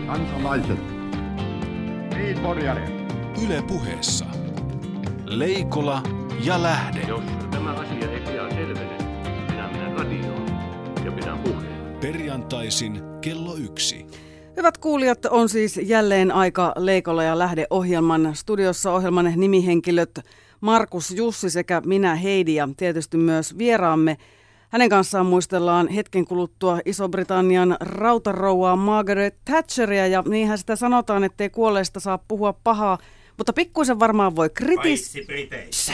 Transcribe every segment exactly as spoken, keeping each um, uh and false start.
kansalaiset, niin Yle Puheessa. Leikola ja Lähde. Jos tämä asia ei pian selvene, minä menen radioon ja pidän puheen. Perjantaisin kello yksi. Hyvät kuulijat, on siis jälleen aika Leikola ja Lähde -ohjelman. Studiossa ohjelman nimihenkilöt Markus Jussi sekä minä Heidi ja tietysti myös vieraamme. Hänen kanssaan muistellaan hetken kuluttua Iso-Britannian rautarouvaa Margaret Thatcheria, ja niinhän sitä sanotaan, ettei kuolleesta saa puhua pahaa, mutta pikkuisen varmaan voi kritis... Paitsi Briteissä.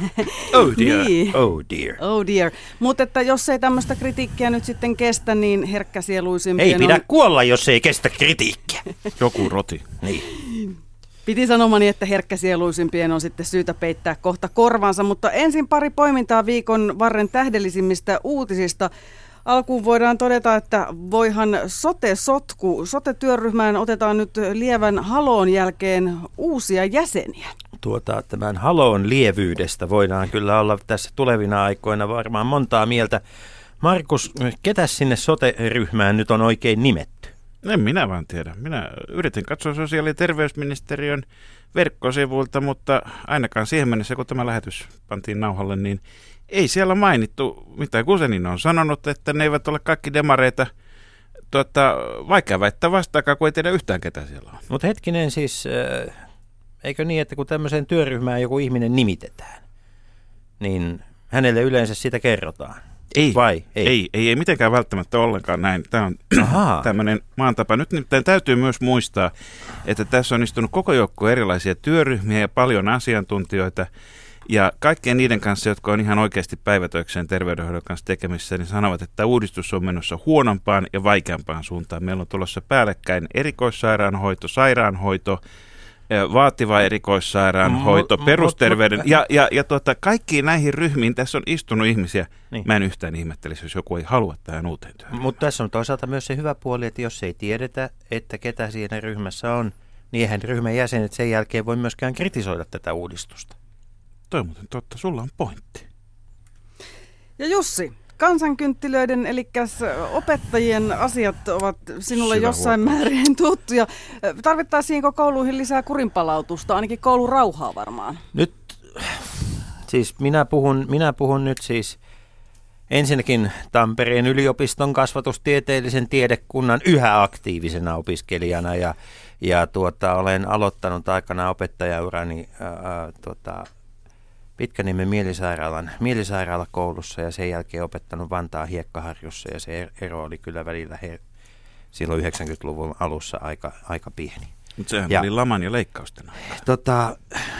Oh dear, niin. oh dear. Oh dear. Mutta että jos ei tämmöistä kritiikkiä nyt sitten kestä, niin herkkäsieluisimpien Ei pidä on... kuolla, jos ei kestä kritiikkiä. Joku roti. Niin. Piti sanomani, että herkkäsieluisimpien on sitten syytä peittää kohta korvansa, mutta ensin pari poimintaa viikon varren tähdellisimmistä uutisista. Alkuun voidaan todeta, että voihan sote-sotku, sote-työryhmään otetaan nyt lievän haloon jälkeen uusia jäseniä. Tuota, tämän haloon lievyydestä voidaan kyllä olla tässä tulevina aikoina varmaan montaa mieltä. Markus, ketäs sinne sote-ryhmään nyt on oikein nimetty? En minä vaan tiedä. Minä yritin katsoa sosiaali- ja terveysministeriön verkkosivuilta, mutta ainakaan siihen mennessä, kun tämä lähetys pantiin nauhalle, niin ei siellä mainittu, mitä Gusenin on sanonut, että ne eivät ole kaikki demareita. Tuota, vaikea väittää vastaakaan, kun ei tiedä yhtään, ketä siellä on. Mutta hetkinen siis, äh, eikö niin, että kun tämmöiseen työryhmään joku ihminen nimitetään, niin hänelle yleensä sitä kerrotaan? Ei, Vai? Ei. ei, ei, ei mitenkään välttämättä ollenkaan näin. Tämä on tämmöinen maan tapa. Nyt nimittäin täytyy myös muistaa, että tässä on istunut koko joukko erilaisia työryhmiä ja paljon asiantuntijoita. Ja kaikkien niiden kanssa, jotka on ihan oikeasti päivätöikseen terveydenhoidon kanssa tekemissä, niin sanovat, että uudistus on menossa huonompaan ja vaikeampaan suuntaan. Meillä on tulossa päällekkäin erikoissairaanhoito, sairaanhoito, vaativa erikoissairaanhoito, M- perusterveyden, ja, ja, ja tuota, kaikkiin näihin ryhmiin tässä on istunut ihmisiä. Niin. Mä en yhtään ihmettelisi, jos joku ei halua tähän uuteen työhön. Mutta tässä on toisaalta myös se hyvä puoli, että jos ei tiedetä, että ketä siinä ryhmässä on, niin eihän ryhmän jäsenet sen jälkeen voi myöskään kritisoida tätä uudistusta. Toi muuten totta, sulla on pointti. Ja Jussi, kansankynttilöiden eli opettajien asiat ovat sinulle Syvä jossain huomio. määrin tuttuja. Tarvittaisiinko kouluihin lisää kurinpalautusta, ainakin koulun rauhaa varmaan? Nyt, siis minä puhun, minä puhun nyt siis ensinnäkin Tampereen yliopiston kasvatustieteellisen tiedekunnan yhä aktiivisena opiskelijana ja, ja tuota, olen aloittanut aikana opettajaurani ää, tuota, Pitkäniemen mielisairaalan, mielisairaalakoulussa ja sen jälkeen opettanut Vantaan Hiekkaharjussa ja se ero oli kyllä välillä he, silloin yhdeksänkymmentäluvun alussa aika, aika pieni. Mutta sehän Ja- oli laman ja leikkausten aikaa. Tota,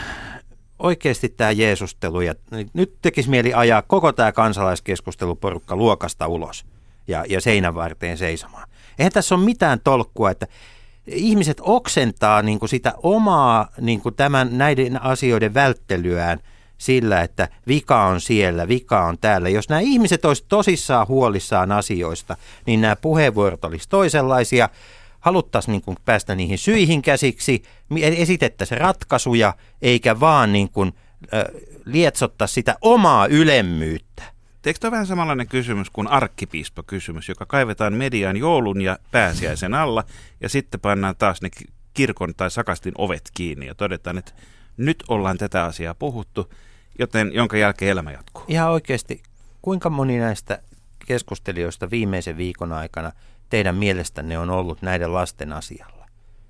oikeasti tämä jeesustelu ja nyt tekisi mieli ajaa koko tämä kansalaiskeskusteluporukka luokasta ulos ja, ja seinän varteen seisomaan. Eihän tässä ole mitään tolkkua, että ihmiset oksentaa niin kuin sitä omaa niin kuin tämän, näiden asioiden välttelyään sillä, että vika on siellä, vika on täällä. Jos nämä ihmiset olisivat tosissaan huolissaan asioista, niin nämä puheenvuorot olisi toisenlaisia. Haluttaisiin niin kuin päästä niihin syihin käsiksi, esitettäisiin ratkaisuja, eikä vaan niin kuin, äh, lietsottaisi sitä omaa ylemmyyttä. Eikö tämä vähän samanlainen kysymys kuin arkkipiispa-kysymys, joka kaivetaan mediaan joulun ja pääsiäisen alla, ja sitten pannaan taas ne kirkon tai sakastin ovet kiinni ja todetaan, että nyt ollaan tätä asiaa puhuttu, joten jonka jälkeen elämä jatkuu. Ihan oikeasti, kuinka moni näistä keskustelijoista viimeisen viikon aikana teidän mielestänne on ollut näiden lasten asialla?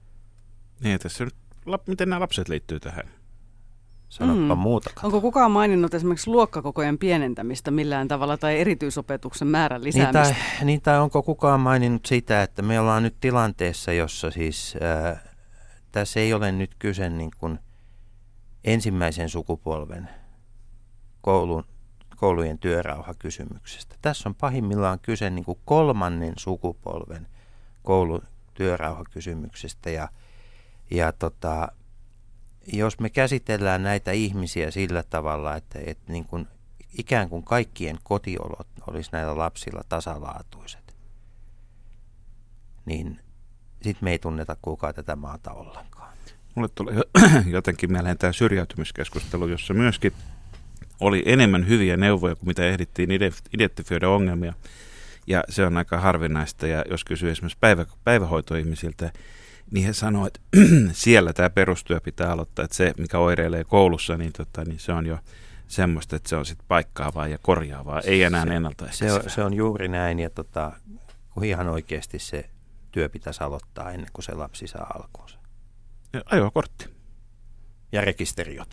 Niin, tässä nyt, lap, miten nämä lapset liittyy tähän? Sanoppa Mm. muutakaan. Onko kukaan maininnut esimerkiksi luokkakokojen pienentämistä millään tavalla tai erityisopetuksen määrän Niin lisäämistä? tai, niin tai onko kukaan maininnut sitä, että me ollaan nyt tilanteessa, jossa siis ää, tässä ei ole nyt kyse niin kuin ensimmäisen sukupolven koulun, koulujen työrauhakysymyksestä. Tässä on pahimmillaan kyse niin kuin kolmannen sukupolven koulun työrauhakysymyksestä ja, ja tota, jos me käsitellään näitä ihmisiä sillä tavalla, että, että niin kuin ikään kuin kaikkien kotiolot olisi näillä lapsilla tasalaatuiset, niin sitten me ei tunneta kukaan tätä maata ollenkaan. Mulle tulee jotenkin mieleen tämä syrjäytymiskeskustelu, jossa myöskin oli enemmän hyviä neuvoja kuin mitä ehdittiin identifioida ongelmia. Ja se on aika harvinaista, ja jos kysyy esimerkiksi päivä, päivähoitoihmisiltä, niin he sanoo, että siellä tämä perustyö pitää aloittaa, että se, mikä oireilee koulussa, niin, tota, niin se on jo semmoista, että se on sitten paikkaavaa ja korjaavaa, ei enää ennaltaehkäisevää. Se on, se on juuri näin, ja tota, kun ihan oikeasti se työ pitäisi aloittaa ennen kuin se lapsi saa alkuunsa. Ja ajokortti. Ja rekisteriote.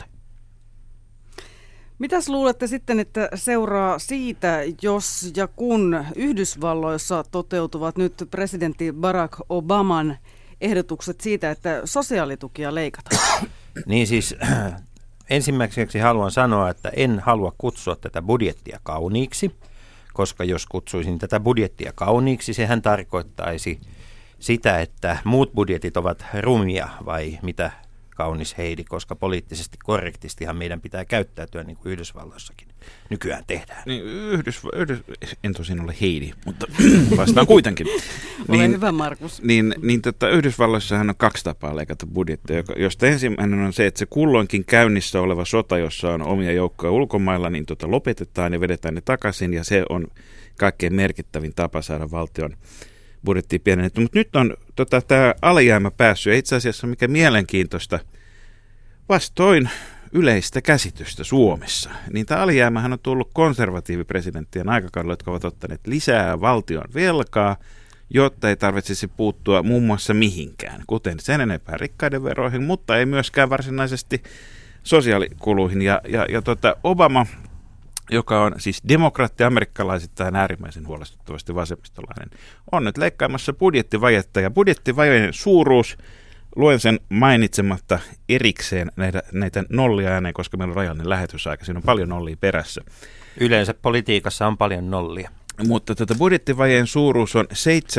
Mitäs luulette sitten, että seuraa siitä, jos ja kun Yhdysvalloissa toteutuvat nyt presidentti Barack Obaman ehdotukset siitä, että sosiaalitukia leikataan? Niin siis ensimmäiseksi haluan sanoa, että en halua kutsua tätä budjettia kauniiksi, koska jos kutsuisin tätä budjettia kauniiksi, sehän tarkoittaisi sitä, että muut budjetit ovat rumia vai mitä, kaunis Heidi, koska poliittisesti korrektistihan meidän pitää käyttäytyä niin kuin Yhdysvalloissakin nykyään tehdään. Niin, Yhdys, Yhdys, en tosin ole Heidi, mutta vastaan kuitenkin. Ole niin, hyvä, Markus. Niin, niin tota, Yhdysvalloissahan on kaksi tapaa leikata budjettia, josta ensimmäinen on se, että se kulloinkin käynnissä oleva sota, jossa on omia joukkoja ulkomailla, niin tota, lopetetaan ja vedetään ne takaisin, ja se on kaikkein merkittävin tapa saada valtion budjettia pienennetty. Mutta nyt on tota, tämä alijäämä päässyt, ja itse asiassa mikä mielenkiintoista, vastoin yleistä käsitystä Suomessa, niin tämä alijäämähän on tullut konservatiivipresidenttien aikakaudella, jotka ovat ottaneet lisää valtion velkaa, jotta ei tarvitsisi puuttua muun muassa mihinkään, kuten sen enempää rikkaiden veroihin, mutta ei myöskään varsinaisesti sosiaalikuluihin. Ja, ja, ja tota Obama, joka on siis demokraatti amerikkalaisittain äärimmäisen huolestuttavasti vasemmistolainen, on nyt leikkaamassa budjettivajetta, ja budjettivajeen suuruus, luen sen mainitsematta erikseen näitä, näitä nollia ääneen, koska meillä on rajallinen lähetysaika, siinä on paljon nollia perässä. Yleensä politiikassa on paljon nollia. Mutta tätä budjettivajeen suuruus on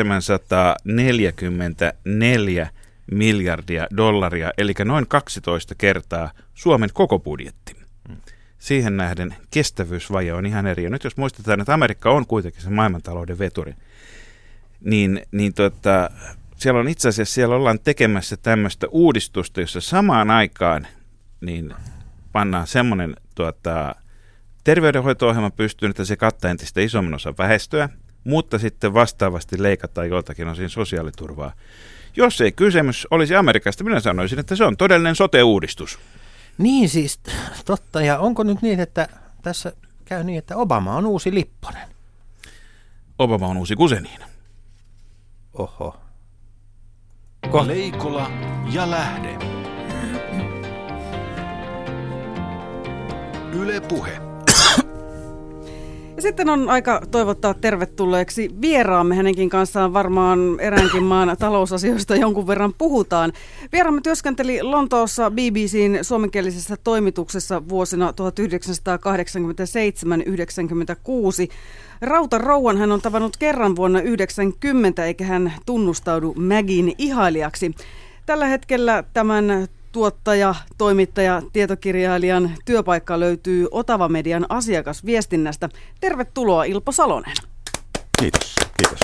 seitsemänsataaneljäkymmentäneljä miljardia dollaria, eli noin kaksitoista kertaa Suomen koko budjetti. Hmm. Siihen nähden kestävyysvaje on ihan eri. Ja nyt jos muistetaan, että Amerikka on kuitenkin se maailmantalouden veturi, niin, niin tota, siellä on itse asiassa, siellä ollaan tekemässä tämmöistä uudistusta, jossa samaan aikaan niin pannaan semmoinen tuota, terveydenhoito-ohjelma pystyyn, että se kattaa entistä isomman osan väestöä, mutta sitten vastaavasti leikataan joiltakin osin sosiaaliturvaa. Jos ei kysymys olisi Amerikasta, minä sanoisin, että se on todellinen sote-uudistus. Niin siis, totta. Ja onko nyt niin, että tässä käy niin, että Obama on uusi Lipponen? Obama on uusi Guzenina. Oho. Ko- Leikola ja Lähde. Yle Puhe. Ja sitten on aika toivottaa tervetulleeksi vieraamme. Hänenkin kanssaan varmaan eräänkin maan talousasioista jonkun verran puhutaan. Vieraamme työskenteli Lontoossa B B C:n suomenkielisessä toimituksessa vuosina tuhatyhdeksänsataakahdeksankymmentäseitsemän yhdeksänkymmentäkuusi. Rautarouvan hän on tavannut kerran vuonna yhdeksänkymmentä, eikä hän tunnustaudu Magin ihailijaksi. Tällä hetkellä tämän tuottaja, toimittaja, tietokirjailijan työpaikka löytyy Otava Median asiakasviestinnästä. Tervetuloa Ilpo Salonen. Kiitos, kiitos.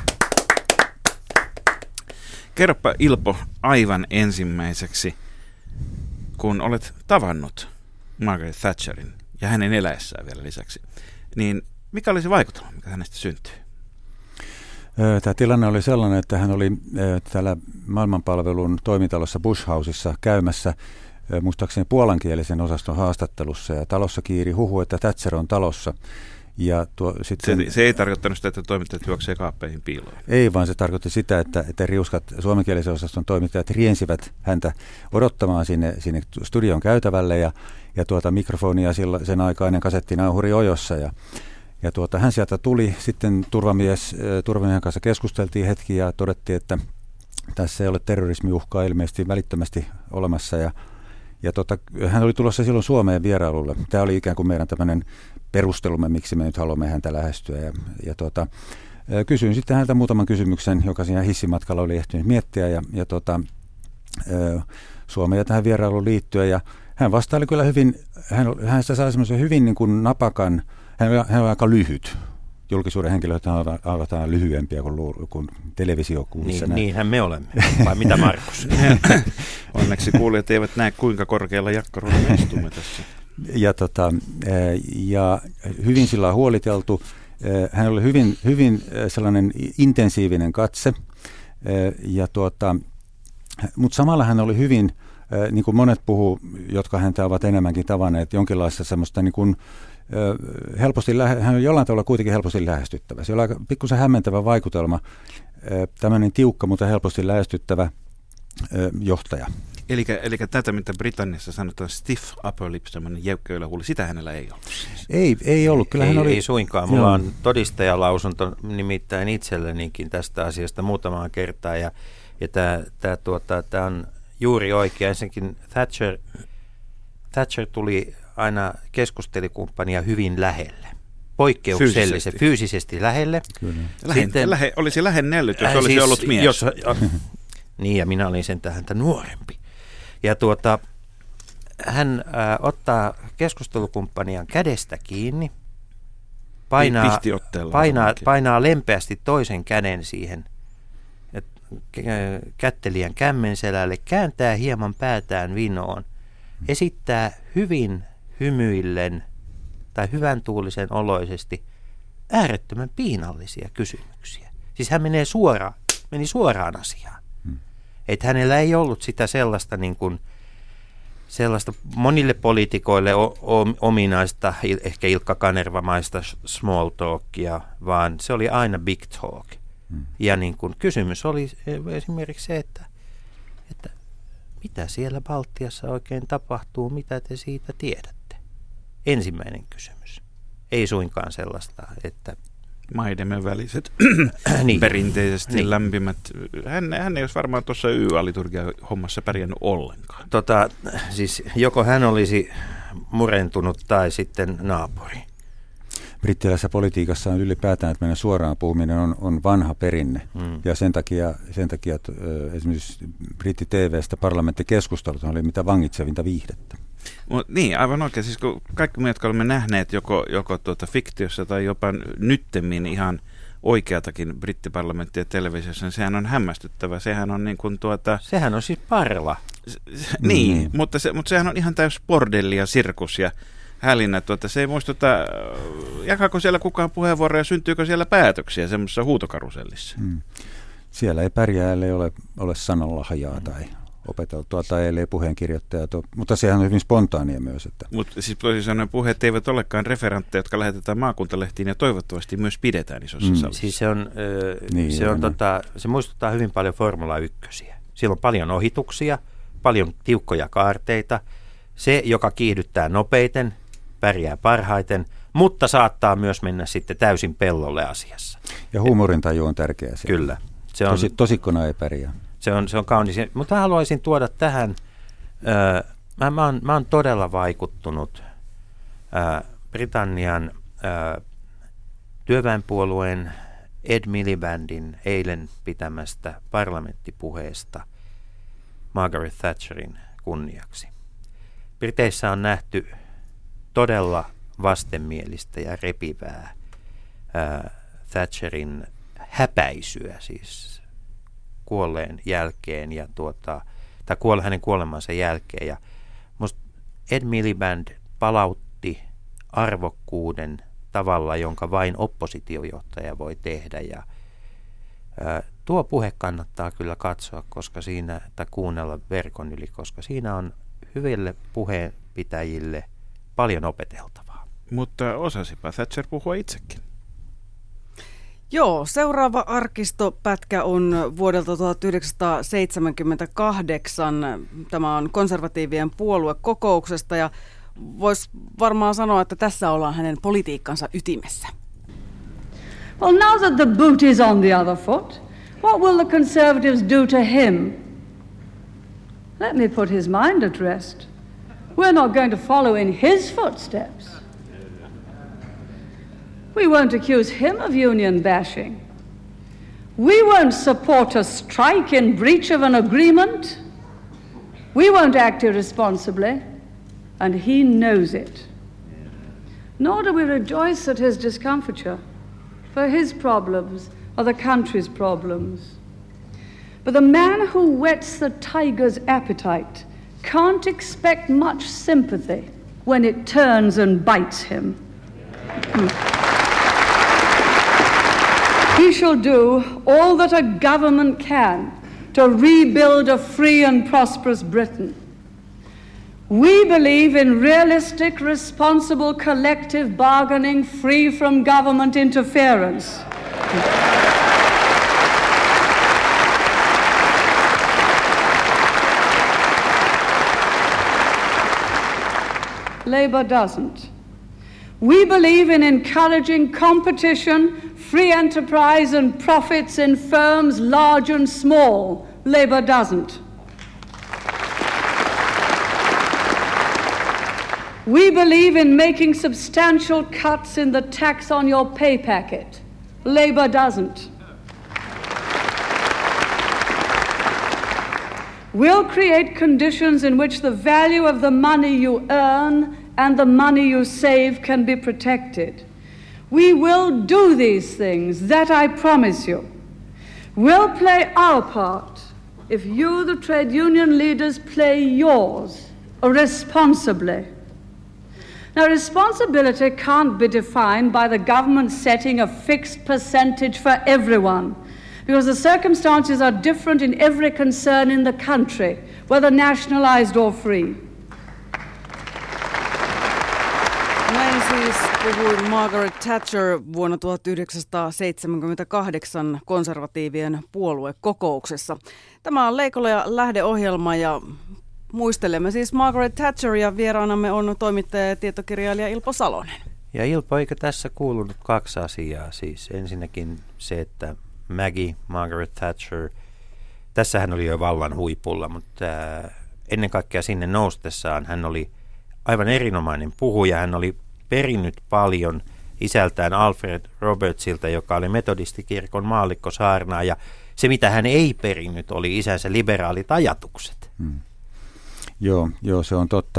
Kerropa Ilpo aivan ensimmäiseksi, kun olet tavannut Margaret Thatcherin ja hänen eläessään vielä lisäksi, niin mikä oli se vaikutelma, mikä hänestä syntyi? Tämä tilanne oli sellainen, että hän oli täällä maailmanpalvelun toimitalossa Bush Houseissa käymässä muistaakseni puolankielisen osaston haastattelussa, ja talossa kiiri huhu, että Thatcher on talossa. Ja tuo, sitten, se, se ei tarkoittanut sitä, että toimittajat juoksee kaappeihin piiloon. Ei, vaan se tarkoitti sitä, että, että riuskat suomenkielisen osaston toimittajat riensivät häntä odottamaan sinne, sinne studion käytävälle, ja, ja tuota mikrofonia sillä, sen aikainen kasettinauhuri ojossa, ja Ja tuota, hän sieltä tuli, sitten turvamies, turvamiehen kanssa keskusteltiin hetki ja todettiin, että tässä ei ole terrorismiuhkaa ilmeisesti välittömästi olemassa. Ja, ja tuota, hän oli tulossa silloin Suomeen vierailulle. Tämä oli ikään kuin meidän tämmöinen perustelumme, miksi me nyt haluamme häntä lähestyä. Ja, ja tuota, kysyin sitten häneltä muutaman kysymyksen, joka siinä hissimatkalla oli ehtinyt miettiä ja, ja tuota, Suomeen ja tähän vierailuun liittyen. Ja hän vastaili kyllä hyvin, hän, hän sai semmoisen hyvin niin kuin napakan. Hän on, hän on aika lyhyt. Julkisuuden henkilöitä on aivan lyhyempiä kuin, kuin televisiokuvissa. Niin, niinhän me olemme. Vai mitä, Markus? Onneksi kuulijat eivät näe, kuinka korkealla jakkaruilla me istumme tässä. Ja, tota, ja hyvin sillä huoliteltu. Hän oli hyvin, hyvin sellainen intensiivinen katse. Ja tuota, Mutta samalla hän oli hyvin, äh, niin kuin monet puhuu, jotka häntä ovat enemmänkin tavanneet, jonkinlaista semmoista niin kuin, äh, helposti, lähe, hän on jollain tavalla kuitenkin helposti lähestyttävä. Se on aika pikkusen hämmentävä vaikutelma, äh, tämmöinen tiukka, mutta helposti lähestyttävä äh, johtaja. Eli, eli tätä, mitä Britanniassa sanotaan stiff upper lip, semmoinen jäykkä ylähuuli, sitä hänellä ei ollut. Ei, ei ollut. Kyllä ei, hän oli... ei suinkaan. Mulla on todistajalausunto nimittäin itsellenikin tästä asiasta muutamaan kertaan. Ja, ja tämä tuota, on juuri oikea. Ensinnäkin Thatcher, Thatcher tuli aina keskustelikumppania hyvin lähelle. Poikkeuksellisen, fyysisesti, fyysisesti lähelle. Kyllä. Sitten, lähe, olisi lähennellyt, jos äh, olisi siis, ollut mies. Jos, niin, ja minä olin sentään häntä nuorempi. Ja tuota, hän äh, ottaa keskustelukumppanian kädestä kiinni, painaa, painaa, painaa lempeästi toisen käden siihen et, kä- kättelijän kämmenselälle, kääntää hieman päätään vinoon, esittää hyvin hymyillen tai hyvän tuulisen oloisesti äärettömän piinallisia kysymyksiä. Siis hän menee suoraan, meni suoraan asiaan. Että hänellä ei ollut sitä sellaista, niin kuin, sellaista monille poliitikoille o- o- ominaista, ehkä Ilkka Kanervamaista small talkia, vaan se oli aina big talk. Hmm. Ja niin kuin, kysymys oli esimerkiksi se, että, että mitä siellä Baltiassa oikein tapahtuu, mitä te siitä tiedätte? Ensimmäinen kysymys. Ei suinkaan sellaista, että... Maidemme väliset niin. perinteisesti niin. lämpimät. Hän, hän ei olisi varmaan tuossa Y A-liturgia-hommassa pärjännyt ollenkaan. Tota, siis joko hän olisi murentunut tai sitten naapuri. Brittiläisessä politiikassa on ylipäätään, että meidän suoraan puhuminen on, on vanha perinne. Mm. Ja sen takia, sen takia että, esimerkiksi Britti-T V:stä parlamenttikeskustelut oli mitä vangitsevinta viihdettä. Mut niin, aivan oikein. Siis kun kaikki me, jotka olemme nähneet joko, joko tuota fiktiossa tai jopa nyttemmin ihan oikeatakin brittiparlamenttia televisiossa, niin sehän on hämmästyttävä. Sehän on niin kuin tuota... Sehän on siis parla. Se, se, niin, mm. mutta, se, mutta sehän on ihan täys bordelli ja sirkus ja hälinä. Tuota, se ei muistuta, jakaako siellä kukaan puheenvuoroja, syntyykö siellä päätöksiä semmoisessa huutokarusellissa? Mm. Siellä ei pärjää, ellei ole, ole sananlahjaa tai... opeteltua tai ellei puheenkirjoittajat ole, mutta sehän on hyvin spontaania myös. Että. Mutta siis toisin sanoen puheet eivät olekaan referantteja, jotka lähetetään maakuntalehtiin ja toivottavasti myös pidetään isossa mm. salissa. Siis se, on, äh, niin, se, on, tota, se muistuttaa hyvin paljon Formula ykkösiä. Siellä on paljon ohituksia, paljon tiukkoja kaarteita. Se, joka kiihdyttää nopeiten, pärjää parhaiten, mutta saattaa myös mennä sitten täysin pellolle asiassa. Ja huumorintaju on tärkeä. Siellä. Kyllä. Se on, Tosi, tosikkona ei pärjää. Se on, se on kaunis. Mutta mä haluaisin tuoda tähän, ää, mä, mä, oon, mä oon todella vaikuttunut ää, Britannian ää, työväenpuolueen Ed Milibandin eilen pitämästä parlamenttipuheesta Margaret Thatcherin kunniaksi. Briteissä on nähty todella vastenmielistä ja repivää ää, Thatcherin häpäisyä, siis kuolleen jälkeen ja tuota, tai kuole, hänen kuolemansa jälkeen. Ja musta Ed Miliband palautti arvokkuuden tavalla, jonka vain oppositiojohtaja voi tehdä. Ja, ää, tuo puhe kannattaa kyllä katsoa, koska siinä, tai kuunnella verkon yli, koska siinä on hyville puheenpitäjille paljon opeteltavaa. Mutta osasipa Thatcher puhua itsekin. Joo, seuraava arkistopätkä on vuodelta tuhatyhdeksänsataaseitsemänkymmentäkahdeksan. Tämä on konservatiivien puoluekokouksesta ja voisi varmaan sanoa, että tässä ollaan hänen politiikkansa ytimessä. Well, now that the boot is on the other foot, what will the Conservatives do to him? Let me put his mind at rest. We're not going to follow in his footsteps. We won't accuse him of union bashing. We won't support a strike in breach of an agreement. We won't act irresponsibly, and he knows it. Nor do we rejoice at his discomfiture, for his problems are the country's problems. But the man who whets the tiger's appetite can't expect much sympathy when it turns and bites him. Hmm. He shall do all that a government can to rebuild a free and prosperous Britain. We believe in realistic, responsible collective bargaining free from government interference. Labour doesn't. We believe in encouraging competition, free enterprise and profits in firms large and small. Labour doesn't. We believe in making substantial cuts in the tax on your pay packet. Labour doesn't. We'll create conditions in which the value of the money you earn and the money you save can be protected. We will do these things, that I promise you. We'll play our part if you, the trade union leaders, play yours responsibly. Now, responsibility can't be defined by the government setting a fixed percentage for everyone, because the circumstances are different in every concern in the country, whether nationalized or free. Näin siis puhui Margaret Thatcher vuonna tuhatyhdeksänsataaseitsemänkymmentäkahdeksan konservatiivien puoluekokouksessa. Tämä on Leikola ja Lähde-ohjelma ja muistelemme siis Margaret Thatcheria. Vieraanamme on toimittaja ja tietokirjailija Ilpo Salonen. Ja Ilpo, eikö tässä kuulunut kaksi asiaa? Siis ensinnäkin se, että Maggie, Margaret Thatcher, tässä hän oli jo vallan huipulla, mutta ennen kaikkea sinne noustessaan hän oli aivan erinomainen puhuja. Hän oli perinnyt paljon isältään Alfred Robertsilta, joka oli metodistikirkon maallikkosaarnaa, ja se mitä hän ei perinnyt oli isänsä liberaalit ajatukset. Hmm. Joo, joo, se on totta.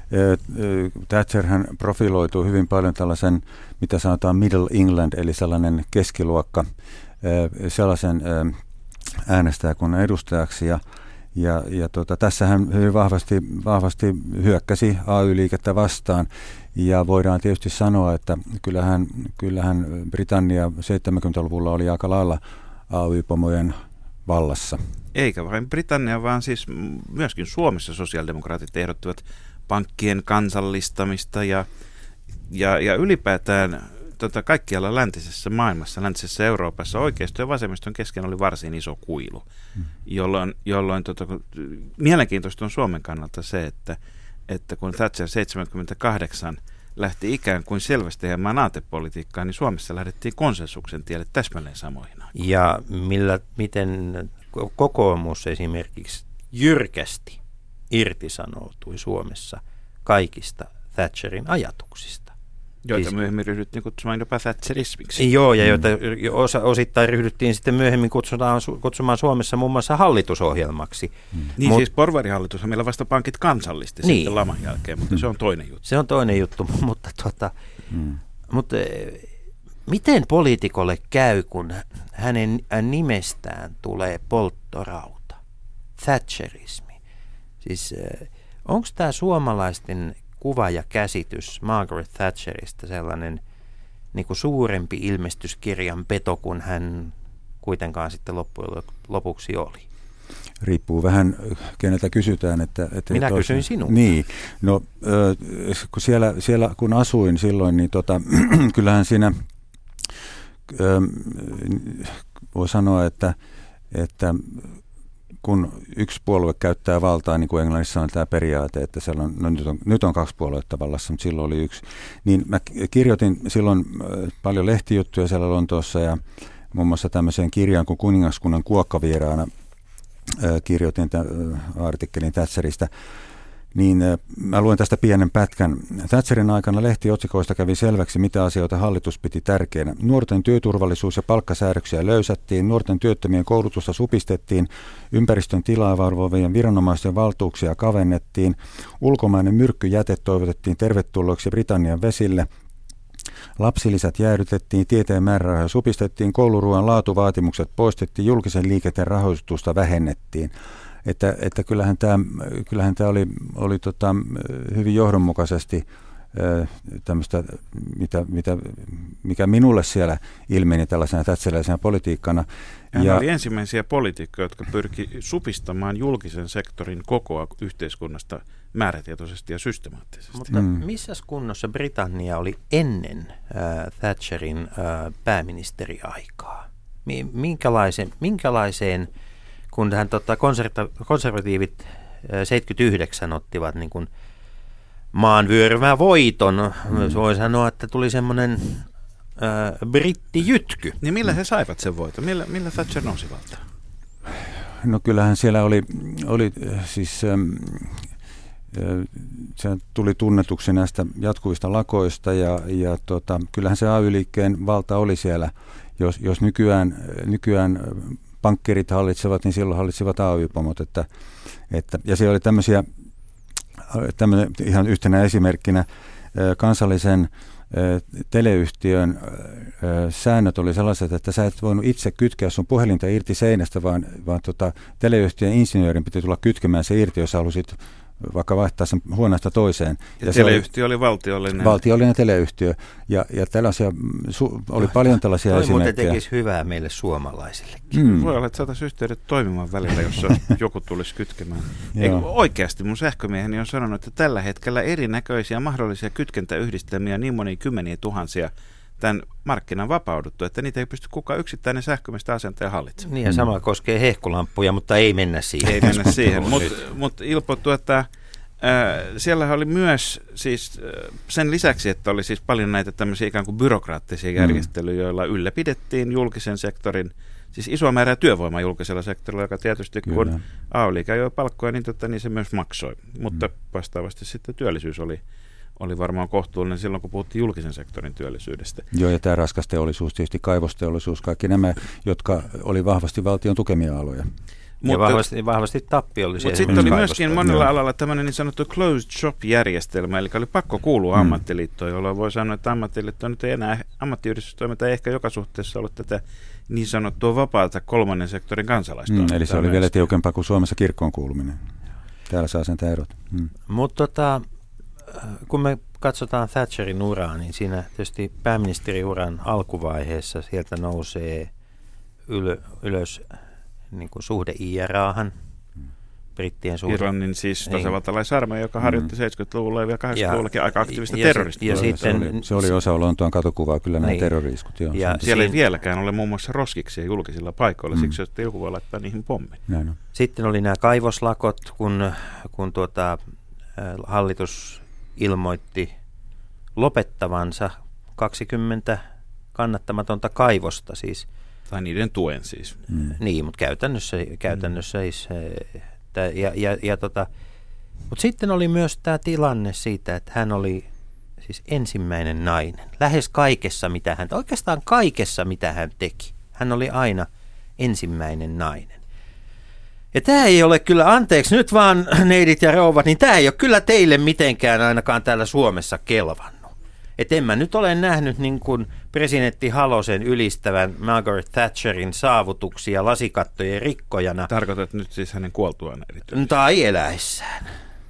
Thatcher hän profiloituu hyvin paljon tällaisen, mitä sanotaan Middle England, eli sellainen keskiluokka, sellaisen äänestäjäkunnan edustajaksi, ja, ja, ja tota, tässä hän hyvin vahvasti, vahvasti hyökkäsi A Y-liikettä vastaan, ja voidaan tietysti sanoa, että kyllähän, kyllähän Britannia seitsemänkymmentäluvulla oli aika lailla A Y-pomojen vallassa. Eikä vain Britannia, vaan siis myöskin Suomessa sosiaalidemokraatit ehdottivat pankkien kansallistamista ja, ja, ja ylipäätään tota, kaikkialla läntisessä maailmassa, läntisessä Euroopassa oikeisto ja vasemmiston kesken oli varsin iso kuilu, hmm. jolloin, jolloin tota, mielenkiintoista on Suomen kannalta se, että, että kun Thatcher seitsemänkymmentäkahdeksan lähti ikään kuin selvästi ajamaan aatepolitiikkaan, niin Suomessa lähdettiin konsensuksen tielle täsmälleen samoihin. Ja millä, miten kokoomus esimerkiksi jyrkästi irtisanoutui Suomessa kaikista Thatcherin ajatuksista. Joita siis myöhemmin ryhdyttiin kutsumaan jopa Thatcherismiksi. Joo, ja joita osa, osittain ryhdyttiin sitten myöhemmin kutsumaan, kutsumaan Suomessa muun muassa hallitusohjelmaksi. Hmm. Niin Mut, siis porvarihallitushan meillä vasta pankit kansallisti niin sitten laman jälkeen, mutta hmm. se on toinen juttu. Se on toinen juttu, mutta, tuota, hmm. mutta miten poliitikolle käy, kun hänen nimestään tulee polttorauta, Thatcherismi? Siis onko tämä suomalaisten kuva ja käsitys Margaret Thatcherista sellainen niin kuin suurempi ilmestyskirjan peto, kun hän kuitenkaan sitten loppujen lopuksi oli? Riippuu vähän, keneltä kysytään. Että, että Minä toisen, kysyin sinulta. Niin, no kun siellä, siellä kun asuin silloin, niin tota, kyllähän siinä voi sanoa, että, että kun yksi puolue käyttää valtaa, niin kuin Englannissa on tämä periaate, että siellä on, no nyt, on, nyt on kaksi puoluetta vallassa, mutta silloin oli yksi. Niin mä kirjoitin silloin paljon lehtijuttuja siellä Lontoossa ja muun muassa tämmöiseen kirjaan kuin Kuningaskunnan kuokkavieraana kirjoitin tämän artikkelin Thatcherista. Niin mä luen tästä pienen pätkän. Thatcherin aikana lehtiotsikoista kävi selväksi, mitä asioita hallitus piti tärkeänä. Nuorten työturvallisuus- ja palkkasäädöksiä löysättiin, nuorten työttömien koulutusta supistettiin, ympäristön tilaa valvovien viranomaisten valtuuksia kavennettiin, ulkomainen myrkkyjäte toivotettiin tervetulleeksi Britannian vesille, lapsilisät jäädytettiin, tieteen määrärahoja supistettiin, kouluruoan laatuvaatimukset poistettiin, julkisen liikenteen rahoitusta vähennettiin. Että, että kyllähän tämä, kyllähän tämä oli, oli tota, hyvin johdonmukaisesti tämmöistä, mitä, mitä, mikä minulle siellä ilmeni tällaisena thatcherilaisena politiikkana. Hän ja oli ensimmäisiä poliitikkoja, jotka pyrki supistamaan julkisen sektorin kokoa yhteiskunnasta määrätietoisesti ja systemaattisesti. Mutta mm. missä kunnossa Britannia oli ennen äh, Thatcherin äh, pääministeriaikaa? Minkälaisen, minkälaiseen, kun hän tota, konserva- konservatiivit äh, seitsemänkymmentäyhdeksän ottivat niin kuin maan vyörymään voiton, mm. voi sanoa, että tuli semmoinen äh, brittijytky. Niin millä he saivat sen voiton? Millä, millä Thatcher nousi valtaan? No kyllähän siellä oli, oli siis... Ähm, se tuli tunnetuksi näistä jatkuvista lakoista ja, ja tota, kyllähän se A Y-liikkeen valta oli siellä. Jos, jos nykyään, nykyään pankkirit hallitsevat, niin silloin hallitsivat A Y-pomot. Että, että, ja siellä oli tämmöisiä, tämmöinen ihan yhtenä esimerkkinä, kansallisen teleyhtiön säännöt oli sellaiset, että sä et voinut itse kytkeä sun puhelinta irti seinästä, vaan, vaan tota, teleyhtiön insinöörin piti tulla kytkemään se irti, jos halusit vaikka vaihtaa sen huoneesta toiseen. Ja, ja teleyhtiö oli, oli valtiollinen. Valtiollinen teleyhtiö. Ja, ja tällaisia, su, oli no, paljon tällaisia toi esimerkkejä. Toi muuten tekisi hyvää meille suomalaisillekin. Mm. Voi olla, että saataisiin yhteydet toimimaan välillä, jossa joku tulisi kytkemään. Eikö, oikeasti mun sähkömieheni on sanonut, että tällä hetkellä erinäköisiä mahdollisia kytkentäyhdistelmiä niin monia kymmeniä tuhansia tämän markkinan vapauduttu, että niitä ei pysty kukaan yksittäinen sähkömistä asentaja hallitsemaan. Niin ja sama mm. koskee hehkulamppuja, mutta ei mennä siihen. Ei mennä siihen, mutta mut Ilpo, tuota, äh, siellä oli myös siis äh, sen lisäksi, että oli siis paljon näitä tämmöisiä ikään kuin byrokraattisia järjestelyjä, mm. joilla ylläpidettiin julkisen sektorin, siis isoa määrää työvoimaa julkisella sektorilla, joka tietysti Kyllä. kun A Y-liike ajoi palkkoja, niin, tota, niin se myös maksoi, mutta mm. vastaavasti sitten työllisyys oli oli varmaan kohtuullinen silloin, kun puhuttiin julkisen sektorin työllisyydestä. Joo, ja tämä raskas teollisuus, tietysti kaivosteollisuus, kaikki nämä, jotka oli vahvasti valtion tukemia aloja. Mutta, ja vahvasti, vahvasti tappiollisia. Mutta sitten oli myöskin monella Joo. alalla tämmöinen niin sanottu closed shop-järjestelmä, eli oli pakko kuulua mm. ammattiliittoon, jolloin voi sanoa, että ammattiliitto nyt ei enää, ammattiyhdistystoiminta ei ehkä joka suhteessa ollut tätä niin sanottua vapaata kolmannen sektorin kansalaistoimintaa. Mm, eli se oli vielä tiukempaa kuin Suomessa kirkkoon kuuluminen. Täällä saa sen erot. Mm. Mutta tota, kun me katsotaan Thatcherin uraa, niin siinä tietysti pääministeriuran alkuvaiheessa sieltä nousee ylö, ylös niin kuin suhde I R A:han, brittien suhde. Irlannin siis tasavaltalaisarmeija, joka harjoitti mm. seitsemänkymmentäluvulla ja vielä kahdeksankymmentäluvullakin aika aktiivista ja terroristia. Ja sitten, se, oli, se oli osa Lontoon katukuvaa, kyllä nämä niin. terrori-iskut. Joo. Ja siellä ei vieläkään ole muun muassa roskiksia julkisilla paikoilla, mm. siksi että joku voi laittaa niihin pommin. Näin on. Sitten oli nämä kaivoslakot, kun, kun tuota, hallitus ilmoitti lopettavansa kaksikymmentä kannattamatonta kaivosta siis. Tai niiden tuen siis. Mm. Niin, mutta käytännössä, käytännössä mm. siis, ja, ja, ja tota, mutta sitten oli myös tämä tilanne siitä, että hän oli siis ensimmäinen nainen. Lähes kaikessa, mitä hän, oikeastaan kaikessa, mitä hän teki. Hän oli aina ensimmäinen nainen. Ja tämä ei ole kyllä, anteeksi nyt vaan neidit ja rouvat, niin tämä ei ole kyllä teille mitenkään ainakaan täällä Suomessa kelvannut. Että en mä nyt ole nähnyt niin kuin presidentti Halosen ylistävän Margaret Thatcherin saavutuksia lasikattojen rikkojana. Tarkoitat nyt siis hänen kuoltuaan erityisesti? Tai eläessään.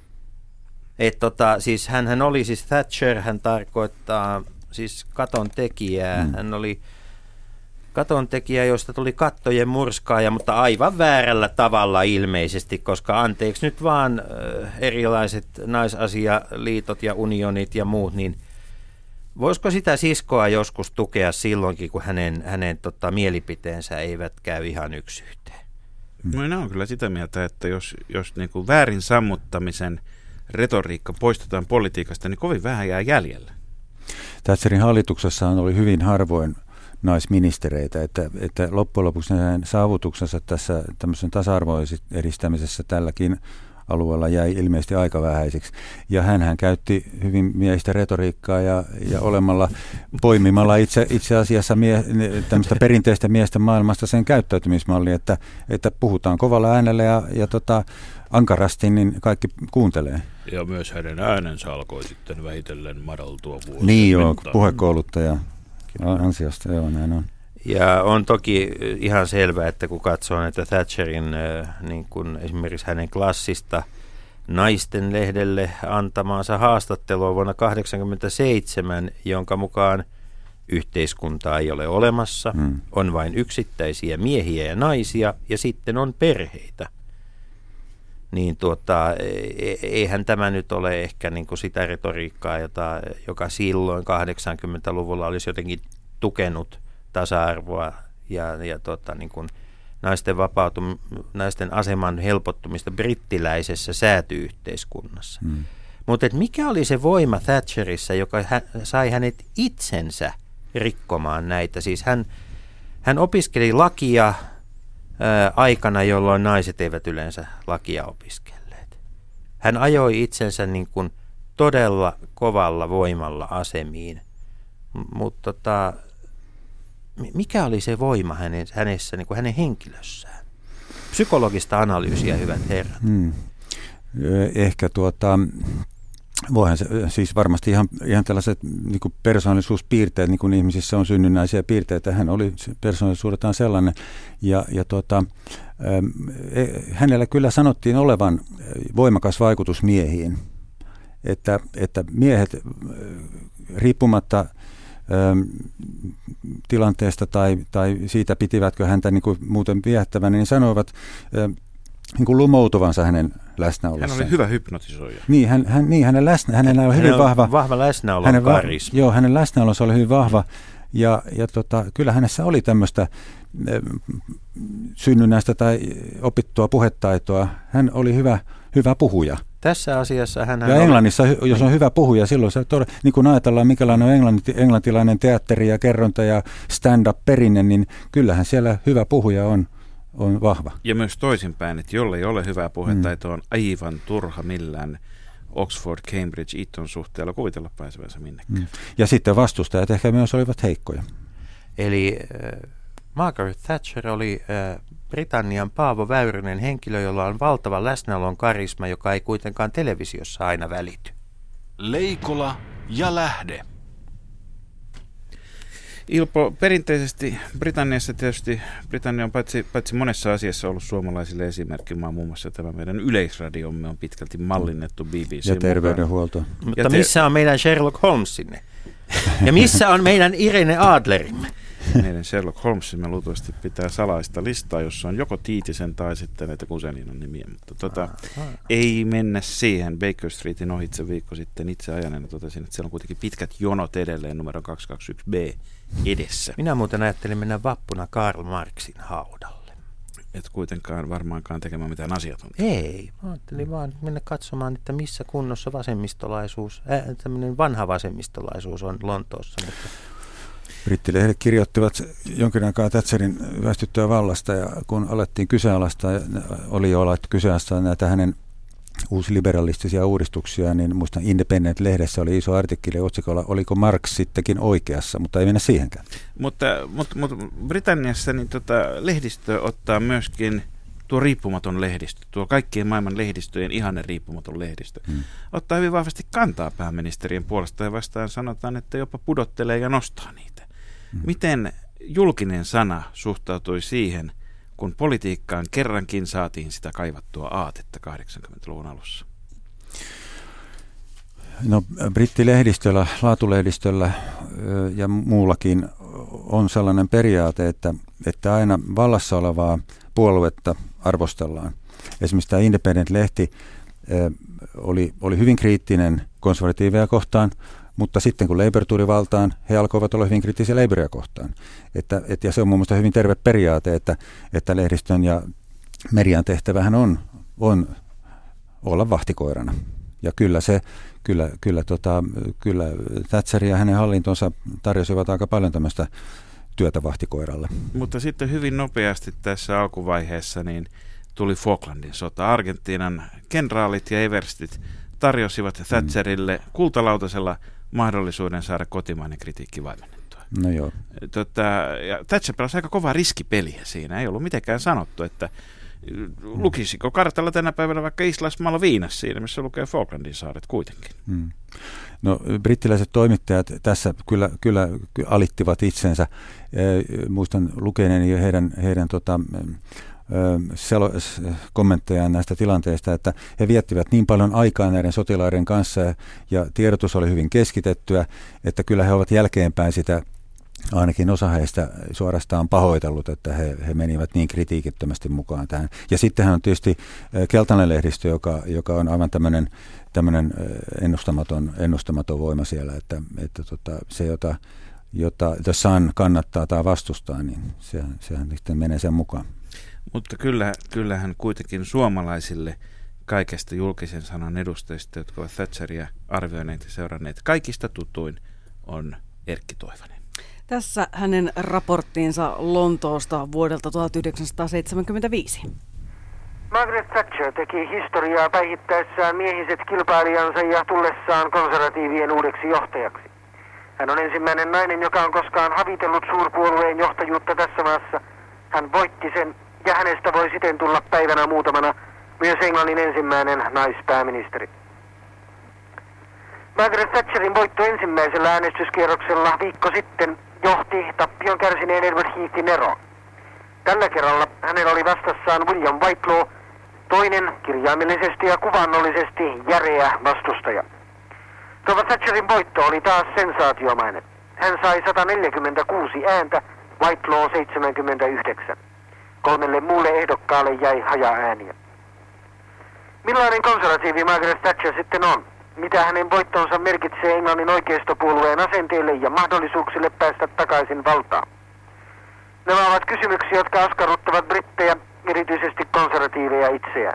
Et tota, siis hänhän oli siis Thatcher, hän tarkoittaa siis katon tekijää. Mm. Hän oli katon tekijä, josta tuli kattojen murskaaja, mutta aivan väärällä tavalla ilmeisesti, koska anteeksi nyt vaan äh, erilaiset naisasialiitot ja unionit ja muut, niin voisiko sitä siskoa joskus tukea silloinkin, kun hänen, hänen tota, mielipiteensä eivät käy ihan yksi yhteen? No, minä olen kyllä sitä mieltä, että jos, jos niin kuin väärin sammuttamisen retoriikka poistetaan politiikasta, niin kovin vähän jää jäljellä. Thatcherin hallituksessahan oli hyvin harvoin naisministereitä, että, että loppujen lopuksi hänen saavutuksensa tässä tämmöisen tasa-arvon edistämisessä tälläkin alueella jäi ilmeisesti aika vähäisiksi. Ja hänhän käytti hyvin miehistä retoriikkaa ja, ja olemalla, poimimalla itse, itse asiassa mie, tämmöistä perinteistä miesten maailmasta sen käyttäytymismalli, että, että puhutaan kovalla äänellä ja, ja tota, ankarasti, niin kaikki kuuntelee. Ja myös hänen äänensä alkoi sitten vähitellen madaltua vuosien Niin joo, puhekouluttaja ansiosta, joo näin on. Ja on toki ihan selvää, että kun katsoo näitä Thatcherin, niin kuin esimerkiksi hänen klassista Naisten lehdelle antamaansa haastattelua vuonna tuhatyhdeksänsataakahdeksankymmentäseitsemän, jonka mukaan yhteiskuntaa ei ole olemassa, hmm. on vain yksittäisiä miehiä ja naisia ja sitten on perheitä. Niin tuota, eihän tämä nyt ole ehkä niin kuin sitä retoriikkaa, jota, joka silloin kahdeksankymmentäluvulla olisi jotenkin tukenut tasa-arvoa ja, ja tota, niin kuin naisten, vapautum, naisten aseman helpottumista brittiläisessä sääty-yhteiskunnassa. Hmm. Mutta mikä oli se voima Thatcherissa, joka hä, sai hänet itsensä rikkomaan näitä? Siis hän, hän opiskeli lakia ää, aikana, jolloin naiset eivät yleensä lakia opiskelleet. Hän ajoi itsensä niin kuin todella kovalla voimalla asemiin. Mutta tota, mikä oli se voima hänessä, niin kuin hänen henkilössään? Psykologista analyysiä, hyvät herrat. Hmm. Ehkä tuota, voihan se, siis varmasti ihan, ihan tällaiset niin kuin persoonallisuuspiirteet, niin kuin ihmisissä on synnynnäisiä piirteitä. Hän oli persoonallisuudeltaan sellainen. Ja, ja tuota, hänellä kyllä sanottiin olevan voimakas vaikutus miehiin. Että, että miehet riippumatta tilanteesta tai, tai siitä pitivätkö häntä niin kuin muuten viehättävänä, niin sanoivat niin kuin lumoutuvansa hänen läsnäolossaan. Hän oli hyvä hypnotisoija. Niin, hän, hän, niin hänen läsnä, hänellä oli hyvin vahva, vahva läsnäolo, hänen, karisma. Joo, hänen läsnäolonsa oli hyvin vahva ja, ja tota, kyllä hänessä oli tämmöistä äh, synnynnäistä tai opittua puhetaitoa. Hän oli hyvä, hyvä puhuja. Tässä asiassa hän... Ja Englannissa, jos on hyvä puhuja, silloin se todella, niin kun ajatellaan, minkälainen on englanti, englantilainen teatteri ja kerronta ja stand-up-perinne, niin kyllähän siellä hyvä puhuja on, on vahva. Ja myös toisinpäin, että jolle ei ole hyvää puhetaitoa, on aivan turha millään Oxford, Cambridge, Eton suhteella kuvitella pääsevänsä minnekään. Mm. Ja sitten vastustajat ehkä myös olivat heikkoja. Eli äh, Margaret Thatcher oli... Äh, Britannian Paavo Väyrynen henkilö, jolla on valtava läsnäolon karisma, joka ei kuitenkaan televisiossa aina välity. Leikola ja Lähde. Ilpo, perinteisesti Britanniassa tietysti, Britannia on paitsi, paitsi monessa asiassa ollut suomalaisille esimerkkimaa, muun muassa tämä meidän yleisradiomme on pitkälti mallinnettu B B C. Ja terveydenhuolto. Mutta te- missä on meidän Sherlock Holmesinne? Ja missä on meidän Irene Adlerimme? Meidän Sherlock Holmesimme luultavasti pitää salaista listaa, jossa on joko Tiitisen tai sitten näitä Guseninon nimiä, mutta tota, ei mennä siihen. Baker Streetin ohitse viikko sitten itse ajaneena totesin, että siellä on kuitenkin pitkät jonot edelleen numero kaksisataakaksikymmentäyksi B edessä. Minä muuten ajattelin mennä vappuna Karl Marxin haudalle. Et kuitenkaan varmaankaan tekemään mitään asiatonta. Ei, mä ajattelin vaan mennä katsomaan, että missä kunnossa vasemmistolaisuus, äh, tämmöinen vanha vasemmistolaisuus on Lontoossa, mutta... Brittilehdet kirjoittivat jonkin aikaa Thatcherin väistyttyä vallasta ja kun alettiin kyseenalaista, oli jo alettu kyseenalaista näitä hänen uusliberalistisia uudistuksia, niin muistan Independent-lehdessä oli iso artikkeli otsikolla, oliko Marx sittenkin oikeassa, mutta ei mennä siihenkään. Mutta, mutta, mutta Britanniassa niin tota, lehdistö ottaa myöskin, tuo riippumaton lehdistö, tuo kaikkien maailman lehdistöjen ihanne riippumaton lehdistö, hmm. ottaa hyvin vahvasti kantaa pääministerien puolesta ja vastaan sanotaan, että jopa pudottelee ja nostaa niitä. Hmm. Miten julkinen sana suhtautui siihen, kun politiikkaan kerrankin saatiin sitä kaivattua aatetta kahdeksankymmentäluvun alussa? No brittilehdistöllä, laatulehdistöllä ja muullakin on sellainen periaate, että, että aina vallassa olevaa puoluetta arvostellaan. Esimerkiksi tämä Independent-lehti oli, oli hyvin kriittinen konservatiiveja kohtaan, mutta sitten kun Labour tuli valtaan, he alkoivat olla hyvin kriittisiä Labouria kohtaan. Että, et, ja se on mun mielestä hyvin terve periaate, että, että lehdistön ja median tehtävähän on, on olla vahtikoirana. Ja kyllä se, kyllä, kyllä, tota, kyllä Thatcher ja hänen hallintonsa tarjosivat aika paljon tämmöistä työtä vahtikoiralle. Mutta sitten hyvin nopeasti tässä alkuvaiheessa niin tuli Falklandin sota. Argentiinan kenraalit ja everstit tarjosivat Thatcherille kultalautasella mahdollisuuden saada kotimainen kritiikki vaimennettua. No joo. Tota, ja Thatcher pelasi aika kovaa riskipeliä siinä. Ei ollut mitenkään sanottu, että lukisiko kartalla tänä päivänä vaikka Islas Malvinas siinä, missä lukee Falklandin saaret kuitenkin. Hmm. No brittiläiset toimittajat tässä kyllä, kyllä alittivat itsensä. E, muistan lukeneeni heidän, heidän tota, kommentteja näistä tilanteista, että he viettivät niin paljon aikaa näiden sotilaiden kanssa ja, ja tiedotus oli hyvin keskitettyä, että kyllä he ovat jälkeenpäin sitä, ainakin osa heistä suorastaan pahoitellut, että he, he menivät niin kritiikittömästi mukaan tähän. Ja sittenhän on tietysti keltainen lehdistö, joka, joka on aivan tämmöinen, tämmöinen ennustamaton, ennustamaton voima siellä, että, että tota, se, jota, jota The Sun kannattaa tai vastustaa, niin sehän, sehän sitten menee sen mukaan. Mutta kyllä, kyllähän kuitenkin suomalaisille kaikesta julkisen sanan edustajista, jotka ovat Thatcheria arvioineet ja seuranneet, kaikista tutuin on Erkki Toivanen. Tässä hänen raporttiinsa Lontoosta vuodelta tuhatyhdeksänsataaseitsemänkymmentäviisi. Margaret Thatcher teki historiaa päihittäessään miehiset kilpailijansa ja tullessaan konservatiivien uudeksi johtajaksi. Hän on ensimmäinen nainen, joka on koskaan havitellut suurpuolueen johtajuutta tässä maassa. Hän voitti sen ja hänestä voi siten tulla päivänä muutamana myös Englannin ensimmäinen naispääministeri. Margaret Thatcherin voitto ensimmäisellä äänestyskierroksella viikko sitten johti tappion kärsineen Edward Heathin eroon. Tällä kerralla hänellä oli vastassaan William Whitelaw, toinen kirjaimellisesti ja kuvannollisesti järeä vastustaja. Rova Thatcherin voitto oli taas sensaatiomainen. Hän sai sata neljäkymmentäkuusi ääntä, Whitelaw seitsemänkymmentäyhdeksän. Kolmelle muulle ehdokkaalle jäi haja-ääniä. Millainen konservatiivi Margaret Thatcher sitten on? Mitä hänen voittonsa merkitsee Englannin oikeistopuolueen asenteille ja mahdollisuuksille päästä takaisin valtaan? Nämä ovat kysymyksiä, jotka askarruttavat brittejä, erityisesti konservatiiveja itseään.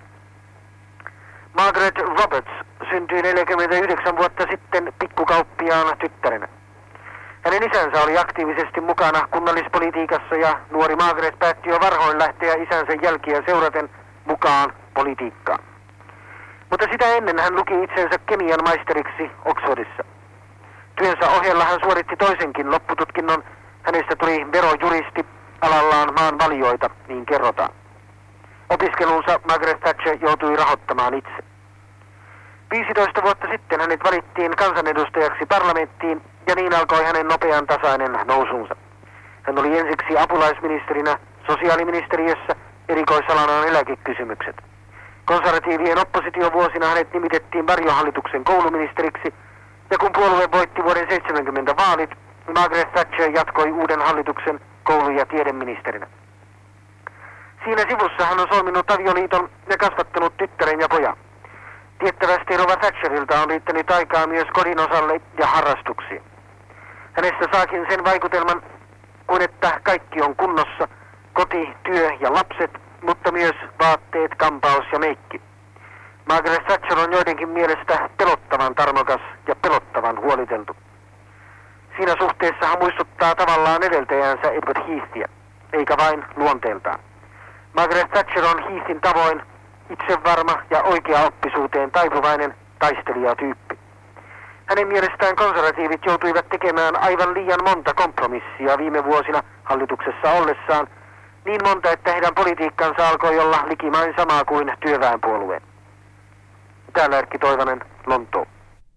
Margaret Roberts syntyi neljäkymmentäyhdeksän vuotta sitten pikkukauppiaan tyttärenä. Hänen isänsä oli aktiivisesti mukana kunnallispolitiikassa ja nuori Margaret päätti jo varhoin lähteä isänsä jälkiä seuraten mukaan politiikkaan. Mutta sitä ennen hän luki itsensä kemian maisteriksi Oxfordissa. Työnsä ohella hän suoritti toisenkin loppututkinnon. Hänestä tuli verojuristi, alallaan maan valioita, niin kerrotaan. Opiskelunsa Margaret Thatcher joutui rahoittamaan itse. viisitoista vuotta sitten hänet valittiin kansanedustajaksi parlamenttiin ja niin alkoi hänen nopean tasainen nousunsa. Hän oli ensiksi apulaisministerinä sosiaaliministeriössä, erikoisalana eläkekysymykset. Konservatiivien oppositiovuosina hänet nimitettiin varjohallituksen kouluministeriksi, ja kun puolue voitti vuoden seitsemänkymmentä vaalit, Margaret Thatcher jatkoi uuden hallituksen koulu- ja tiedeministerinä. Siinä sivussa hän on solminut avioliiton ja kasvattanut tyttären ja pojan. Tiettävästi Rova Thatcherilta on riittänyt aikaa myös kodin osalle ja harrastuksiin. Hänestä saakin sen vaikutelman, kuin että kaikki on kunnossa, koti, työ ja lapset, mutta myös vaatteet, kampaus ja meikki. Margaret Thatcher on joidenkin mielestä pelottavan tarmokas ja pelottavan huoliteltu. Siinä suhteessa hän muistuttaa tavallaan edeltäjänsä Edward Heathia, eikä vain luonteeltaan. Margaret Thatcher on Heathin tavoin itsevarma ja oikeaoppisuuteen taipuvainen taistelijatyyppi. Hänen mielestään konservatiivit joutuivat tekemään aivan liian monta kompromissia viime vuosina hallituksessa ollessaan, niin monta, että heidän politiikkansa alkoi olla likimain samaa kuin työväenpuolueen. Täällä Erkki Toivanen, Lontoo.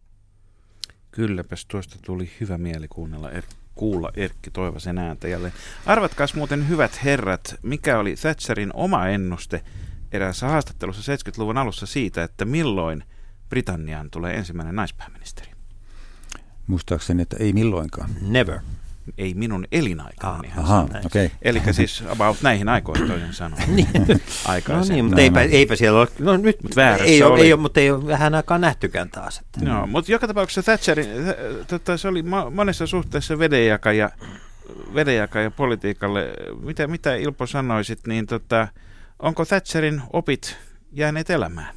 Kylläpäs tuosta tuli hyvä mieli kuunnella, er, kuulla Erkki Toivasen ääntä jälleen. Arvatkaas muuten, hyvät herrat, mikä oli Thatcherin oma ennuste eräässä haastattelussa seitsemänkymmentäluvun alussa siitä, että milloin Britanniaan tulee ensimmäinen naispääministeri? Muistaakseni, että ei milloinkaan. Never. Ei minun elinaikani. Ah, aha, okei. Eli siis about näihin aikoihin toisin sanoen. Niin. No niin, mutta eipä, eipä siellä ole, no nyt Mut ei ole, oli. ei ole, mutta ei ole vähän aikaa nähtykään taas. Että. No, mutta joka tapauksessa Thatcherin, tota, se oli monessa suhteessa vedenjakaja, vedenjakaja politiikalle. Mitä, mitä Ilpo sanoisit, niin tota, onko Thatcherin opit jääneet elämään?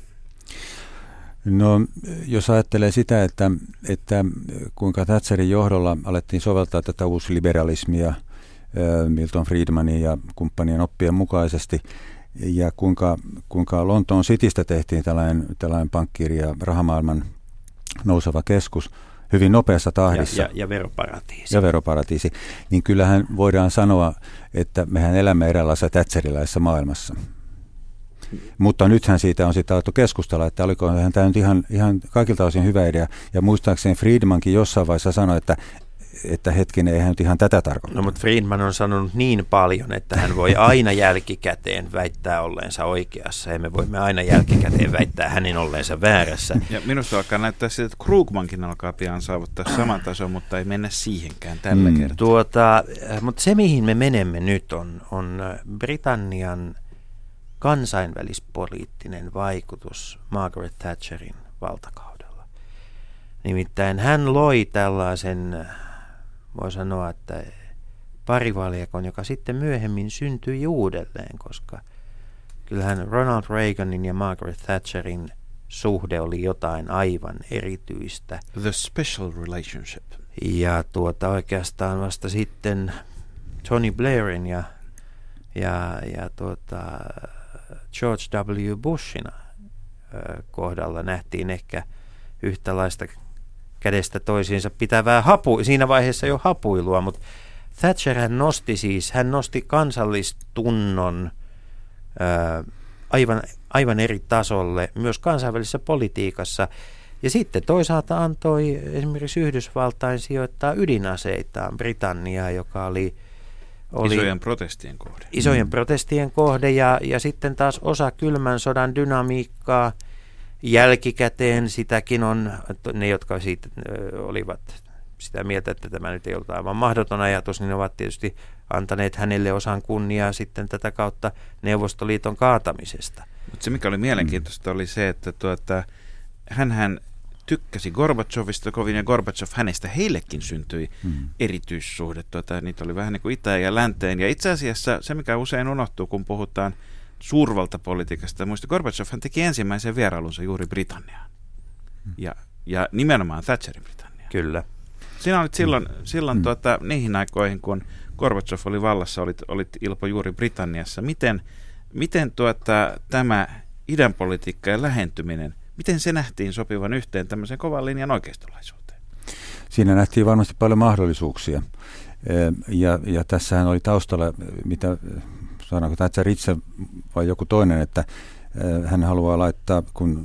No, jos ajattelee sitä, että, että kuinka Thatcherin johdolla alettiin soveltaa tätä uusliberalismia Milton Friedmanin ja kumppanien oppien mukaisesti, ja kuinka, kuinka Lontoon Citystä tehtiin tällainen, tällainen pankkiiri ja rahamaailman nouseva keskus hyvin nopeassa tahdissa. Ja, ja, ja veroparatiisi. Ja veroparatiisi. Niin kyllähän voidaan sanoa, että mehän elämme eräänlaisessa thatcherilaisessa maailmassa. Mutta nythän siitä on sitten alettu keskustella, että olikohan tämä nyt ihan, ihan kaikilta osin hyvä idea. Ja muistaakseni Friedmankin jossain vaiheessa sanoi, että että hetkinen, eihän nyt ihan tätä tarkoita. No, mutta Friedman on sanonut niin paljon, että hän voi aina jälkikäteen väittää olleensa oikeassa, ja me voimme aina jälkikäteen väittää hänen olleensa väärässä. Ja minusta alkaa näyttää siltä, että Krugmankin alkaa pian saavuttaa saman tason, mutta ei mennä siihenkään tällä mm. kertaa. Tuota, mutta se, mihin me menemme nyt, on, on Britannian kansainvälispoliittinen vaikutus Margaret Thatcherin valtakaudella. Nimittäin hän loi tällaisen, voi sanoa, että parivaljakon, joka sitten myöhemmin syntyi uudelleen, koska kyllähän Ronald Reaganin ja Margaret Thatcherin suhde oli jotain aivan erityistä. The special relationship. Ja tuota oikeastaan vasta sitten Tony Blairin ja, ja, ja tuota George W. Bushin kohdalla nähtiin ehkä yhtälaista kädestä toisiinsa pitävää hapu, siinä vaiheessa jo hapuilua, mutta Thatcher hän nosti siis, hän nosti kansallistunnon ää, aivan, aivan eri tasolle myös kansainvälisessä politiikassa. Ja sitten toisaalta antoi esimerkiksi Yhdysvaltain sijoittaa ydinaseitaan Britanniaan, joka oli, oli isojen protestien kohde. Isojen mm. protestien kohde ja, ja sitten taas osa kylmän sodan dynamiikkaa. Jälkikäteen sitäkin on, ne jotka siitä ö, olivat sitä mieltä, että tämä nyt ei ollut aivan mahdoton ajatus, niin ne ovat tietysti antaneet hänelle osan kunniaa sitten tätä kautta Neuvostoliiton kaatamisesta. Mutta se mikä oli mielenkiintoista mm. oli se, että tuota, hänhän tykkäsi Gorbachevista kovin ja Gorbachev hänestä heillekin syntyi mm. erityissuhde. Tuota, niitä oli vähän niin kuin itään ja länteen. Ja itse asiassa se mikä usein unohtuu, kun puhutaan suurvaltapolitiikasta. Muista Gorbachev hän teki ensimmäisen vierailunsa juuri Britanniaan. Mm. Ja, ja nimenomaan Thatcherin Britanniaan. Kyllä. Sinä olit silloin, silloin mm. tuota, niihin aikoihin, kun Gorbachev oli vallassa, olit, olit Ilpo juuri Britanniassa. Miten, miten tuota, tämä idänpolitiikka ja lähentyminen, miten se nähtiin sopivan yhteen tämmöisen kovan linjan oikeistolaisuuteen? Siinä nähtiin varmasti paljon mahdollisuuksia. Ja, ja tässähän oli taustalla, mitä sanotaanko Thatcher itse vai joku toinen, että hän haluaa laittaa, kun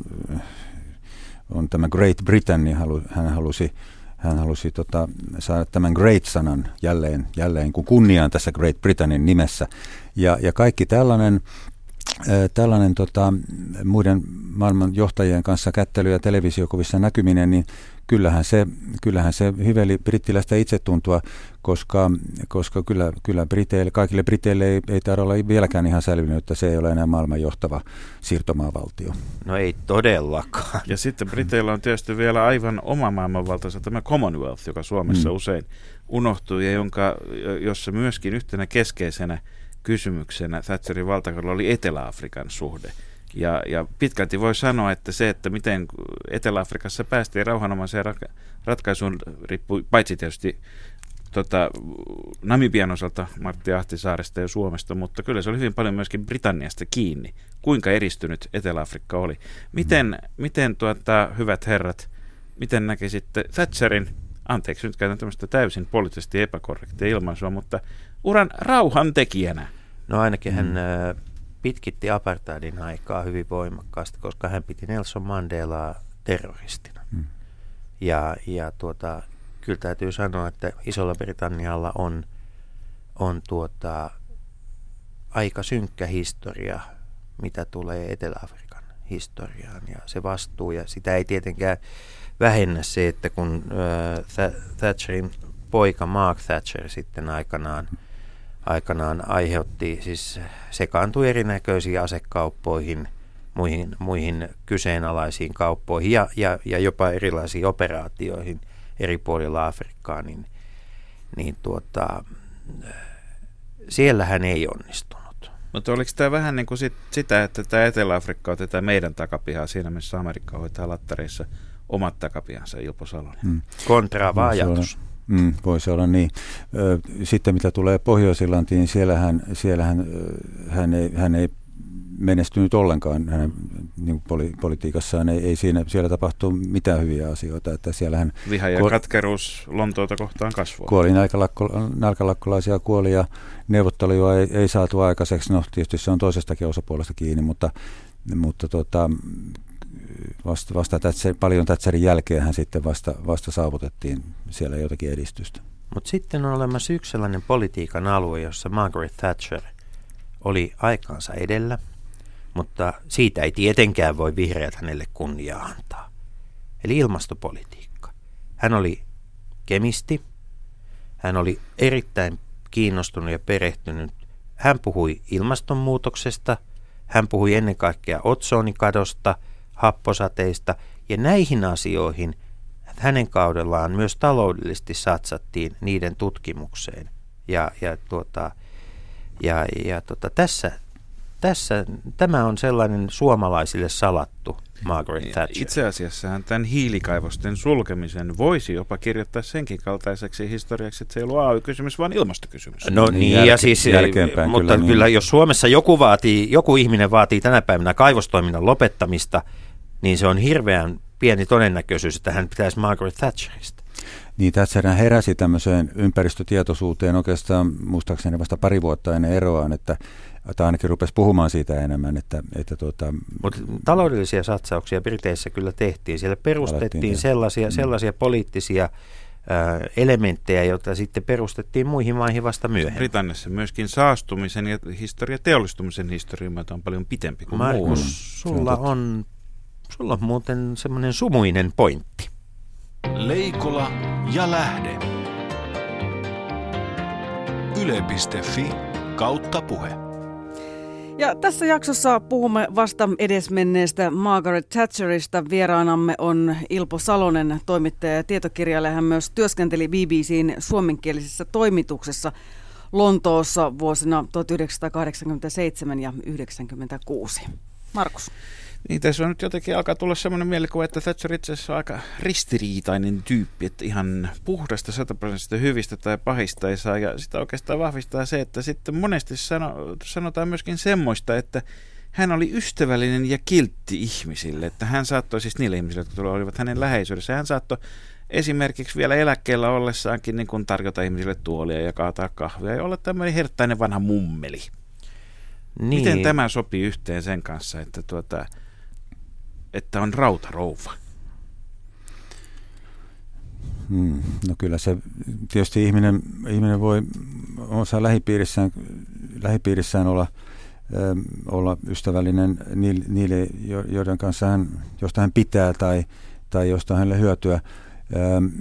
on tämä Great Britain, niin halu, hän halusi, hän halusi tota, saada tämän Great-sanan jälleen, jälleen kun kunniaan tässä Great Britainin nimessä. Ja, ja kaikki tällainen, tällainen tota, muiden maailman johtajien kanssa kättely- ja televisiokuvissa näkyminen, niin kyllähän se, kyllähän se hyveli brittiläistä itsetuntoa, koska, koska kyllä, kyllä Briteille, kaikille Briteille ei, ei taida olla vieläkään ihan selvinnyt, että se ei ole enää maailman johtava siirtomaavaltio. No ei todellakaan. Ja sitten Briteillä on tietysti vielä aivan oma maailmanvaltaisa tämä Commonwealth, joka Suomessa mm. usein unohtuu ja jonka, jossa myöskin yhtenä keskeisenä kysymyksenä Thatcherin valtakaudella oli Etelä-Afrikan suhde. Ja, ja pitkälti voi sanoa, että se, että miten Etelä-Afrikassa päästiin rauhanomaiseen ratkaisuun, riippui paitsi tietysti tota, Namibian osalta Martti Ahtisaaresta ja Suomesta, mutta kyllä se oli hyvin paljon myöskin Britanniasta kiinni, kuinka eristynyt Etelä-Afrikka oli. Miten, mm. miten tuota, hyvät herrat, miten näkisitte Thatcherin, anteeksi nyt käytän tämmöistä täysin poliittisesti epäkorrektia ilmaisua, mutta uran rauhantekijänä? No ainakin hän mm. pitkitti apartheidin aikaa hyvin voimakkaasti, koska hän piti Nelson Mandelaa terroristina. Mm. Ja, ja tuota, kyllä täytyy sanoa, että Isolla Britannialla on, on tuota, aika synkkä historia, mitä tulee Etelä-Afrikan historiaan ja se vastuu. Ja sitä ei tietenkään vähennä se, että kun äh, Thatcherin poika Mark Thatcher sitten aikanaan aikanaan aiheutti, siis sekaantui erinäköisiin asekauppoihin, muihin, muihin kyseenalaisiin kauppoihin ja, ja, ja jopa erilaisiin operaatioihin eri puolilla Afrikkaa, niin, niin tuota, siellä hän ei onnistunut. Mutta oliko tämä vähän niin kuin sit, sitä, että tämä Etelä-Afrikka on tätä meidän takapihaa siinä, missä Amerikka hoitaa lattareissa omat takapihansa, Ilpo Salonen? Hmm. Kontraava ajatus. Mm, voisi olla niin. Sitten mitä tulee Pohjois-Irlantiin, niin siellähän, siellähän hän, ei, hän ei menestynyt ollenkaan hänen niin poli, politiikassaan. Ei, ei siinä, siellä tapahtuu mitään hyviä asioita. Että siellähän viha ja kuoli, katkeruus Lontoota kohtaan kasvoi. Kuoli nälkälakkolaisia, kuoli ja neuvotteluja ei, ei saatu aikaiseksi. No tietysti se on toisestakin osapuolesta kiinni, mutta, mutta tota, Vasta, vasta Thatcher, paljon Thatcherin jälkeen hän sitten vasta, vasta saavutettiin siellä jotakin edistystä. Mutta sitten on olemassa yksi sellainen politiikan alue, jossa Margaret Thatcher oli aikaansa edellä, mutta siitä ei tietenkään voi vihreät hänelle kunniaa antaa. Eli ilmastopolitiikka. Hän oli kemisti, hän oli erittäin kiinnostunut ja perehtynyt. Hän puhui ilmastonmuutoksesta, hän puhui ennen kaikkea otsonikadosta, happosateista, ja näihin asioihin hänen kaudellaan myös taloudellisesti satsattiin niiden tutkimukseen. Ja, ja, tuota, ja, ja tuota, tässä, tässä tämä on sellainen suomalaisille salattu Margaret Thatcher. Itse asiassa tämän hiilikaivosten sulkemisen voisi jopa kirjoittaa senkin kaltaiseksi historiaksi, että se ei ollut A Y-kysymys, vaan ilmastokysymys. No niin, Jälke- ja siis, mutta kyllä, kyllä niin. Jos Suomessa joku, vaatii, joku ihminen vaatii tänä päivänä kaivostoiminnan lopettamista, niin se on hirveän pieni todennäköisyys, että hän pitäisi Margaret Thatcherista. Niin, Thatcher heräsi tämmöiseen ympäristötietoisuuteen oikeastaan muistaakseni vasta pari vuotta ennen eroaan, että tai ainakin rupesi puhumaan siitä enemmän. Että, että tuota, Mutta taloudellisia satsauksia Briteissä kyllä tehtiin. Siellä perustettiin sellaisia, sellaisia poliittisia äh, elementtejä, joita sitten perustettiin muihin maihin vasta myöhemmin. Britanniassa myöskin saastumisen ja historia, teollistumisen historia on paljon pitempi kuin Markus, muu. sulla on, sulla on muuten semmoinen sumuinen pointti. Leikola ja Lähde. Yle piste fi kautta puhe. Ja tässä jaksossa puhumme vasta edesmenneestä Margaret Thatcherista. Vieraanamme on Ilpo Salonen, toimittaja ja tietokirjailija. Hän myös työskenteli B B C:n suomenkielisessä toimituksessa Lontoossa vuosina tuhatyhdeksänsataakahdeksankymmentäseitsemän ja yhdeksänkymmentäkuusi. Markus. Niin, tässä on nyt jotenkin alkaa tulla semmoinen mielikuva, että Thatcher itse asiassa on aika ristiriitainen tyyppi, että ihan puhdasta sataprosenttista hyvistä tai pahista ei saa, ja sitä oikeastaan vahvistaa se, että sitten monesti sano, sanotaan myöskin semmoista, että hän oli ystävällinen ja kiltti ihmisille, että hän saattoi siis niille ihmisille, jotka olivat hänen läheisyydessä, hän saattoi esimerkiksi vielä eläkkeellä ollessaankin niin kuin tarjota ihmisille tuolia ja kaataa kahvia ja olla tämmöinen herttainen vanha mummeli. Niin. Miten tämä sopii yhteen sen kanssa, että tuota... että on rautarouva? Hmm, no kyllä se tietysti ihminen, ihminen voi osaa lähipiirissään, lähipiirissään olla, ö, olla ystävällinen niille, joiden kanssa hän, josta hän pitää tai, tai josta hänelle hyötyä. Ö,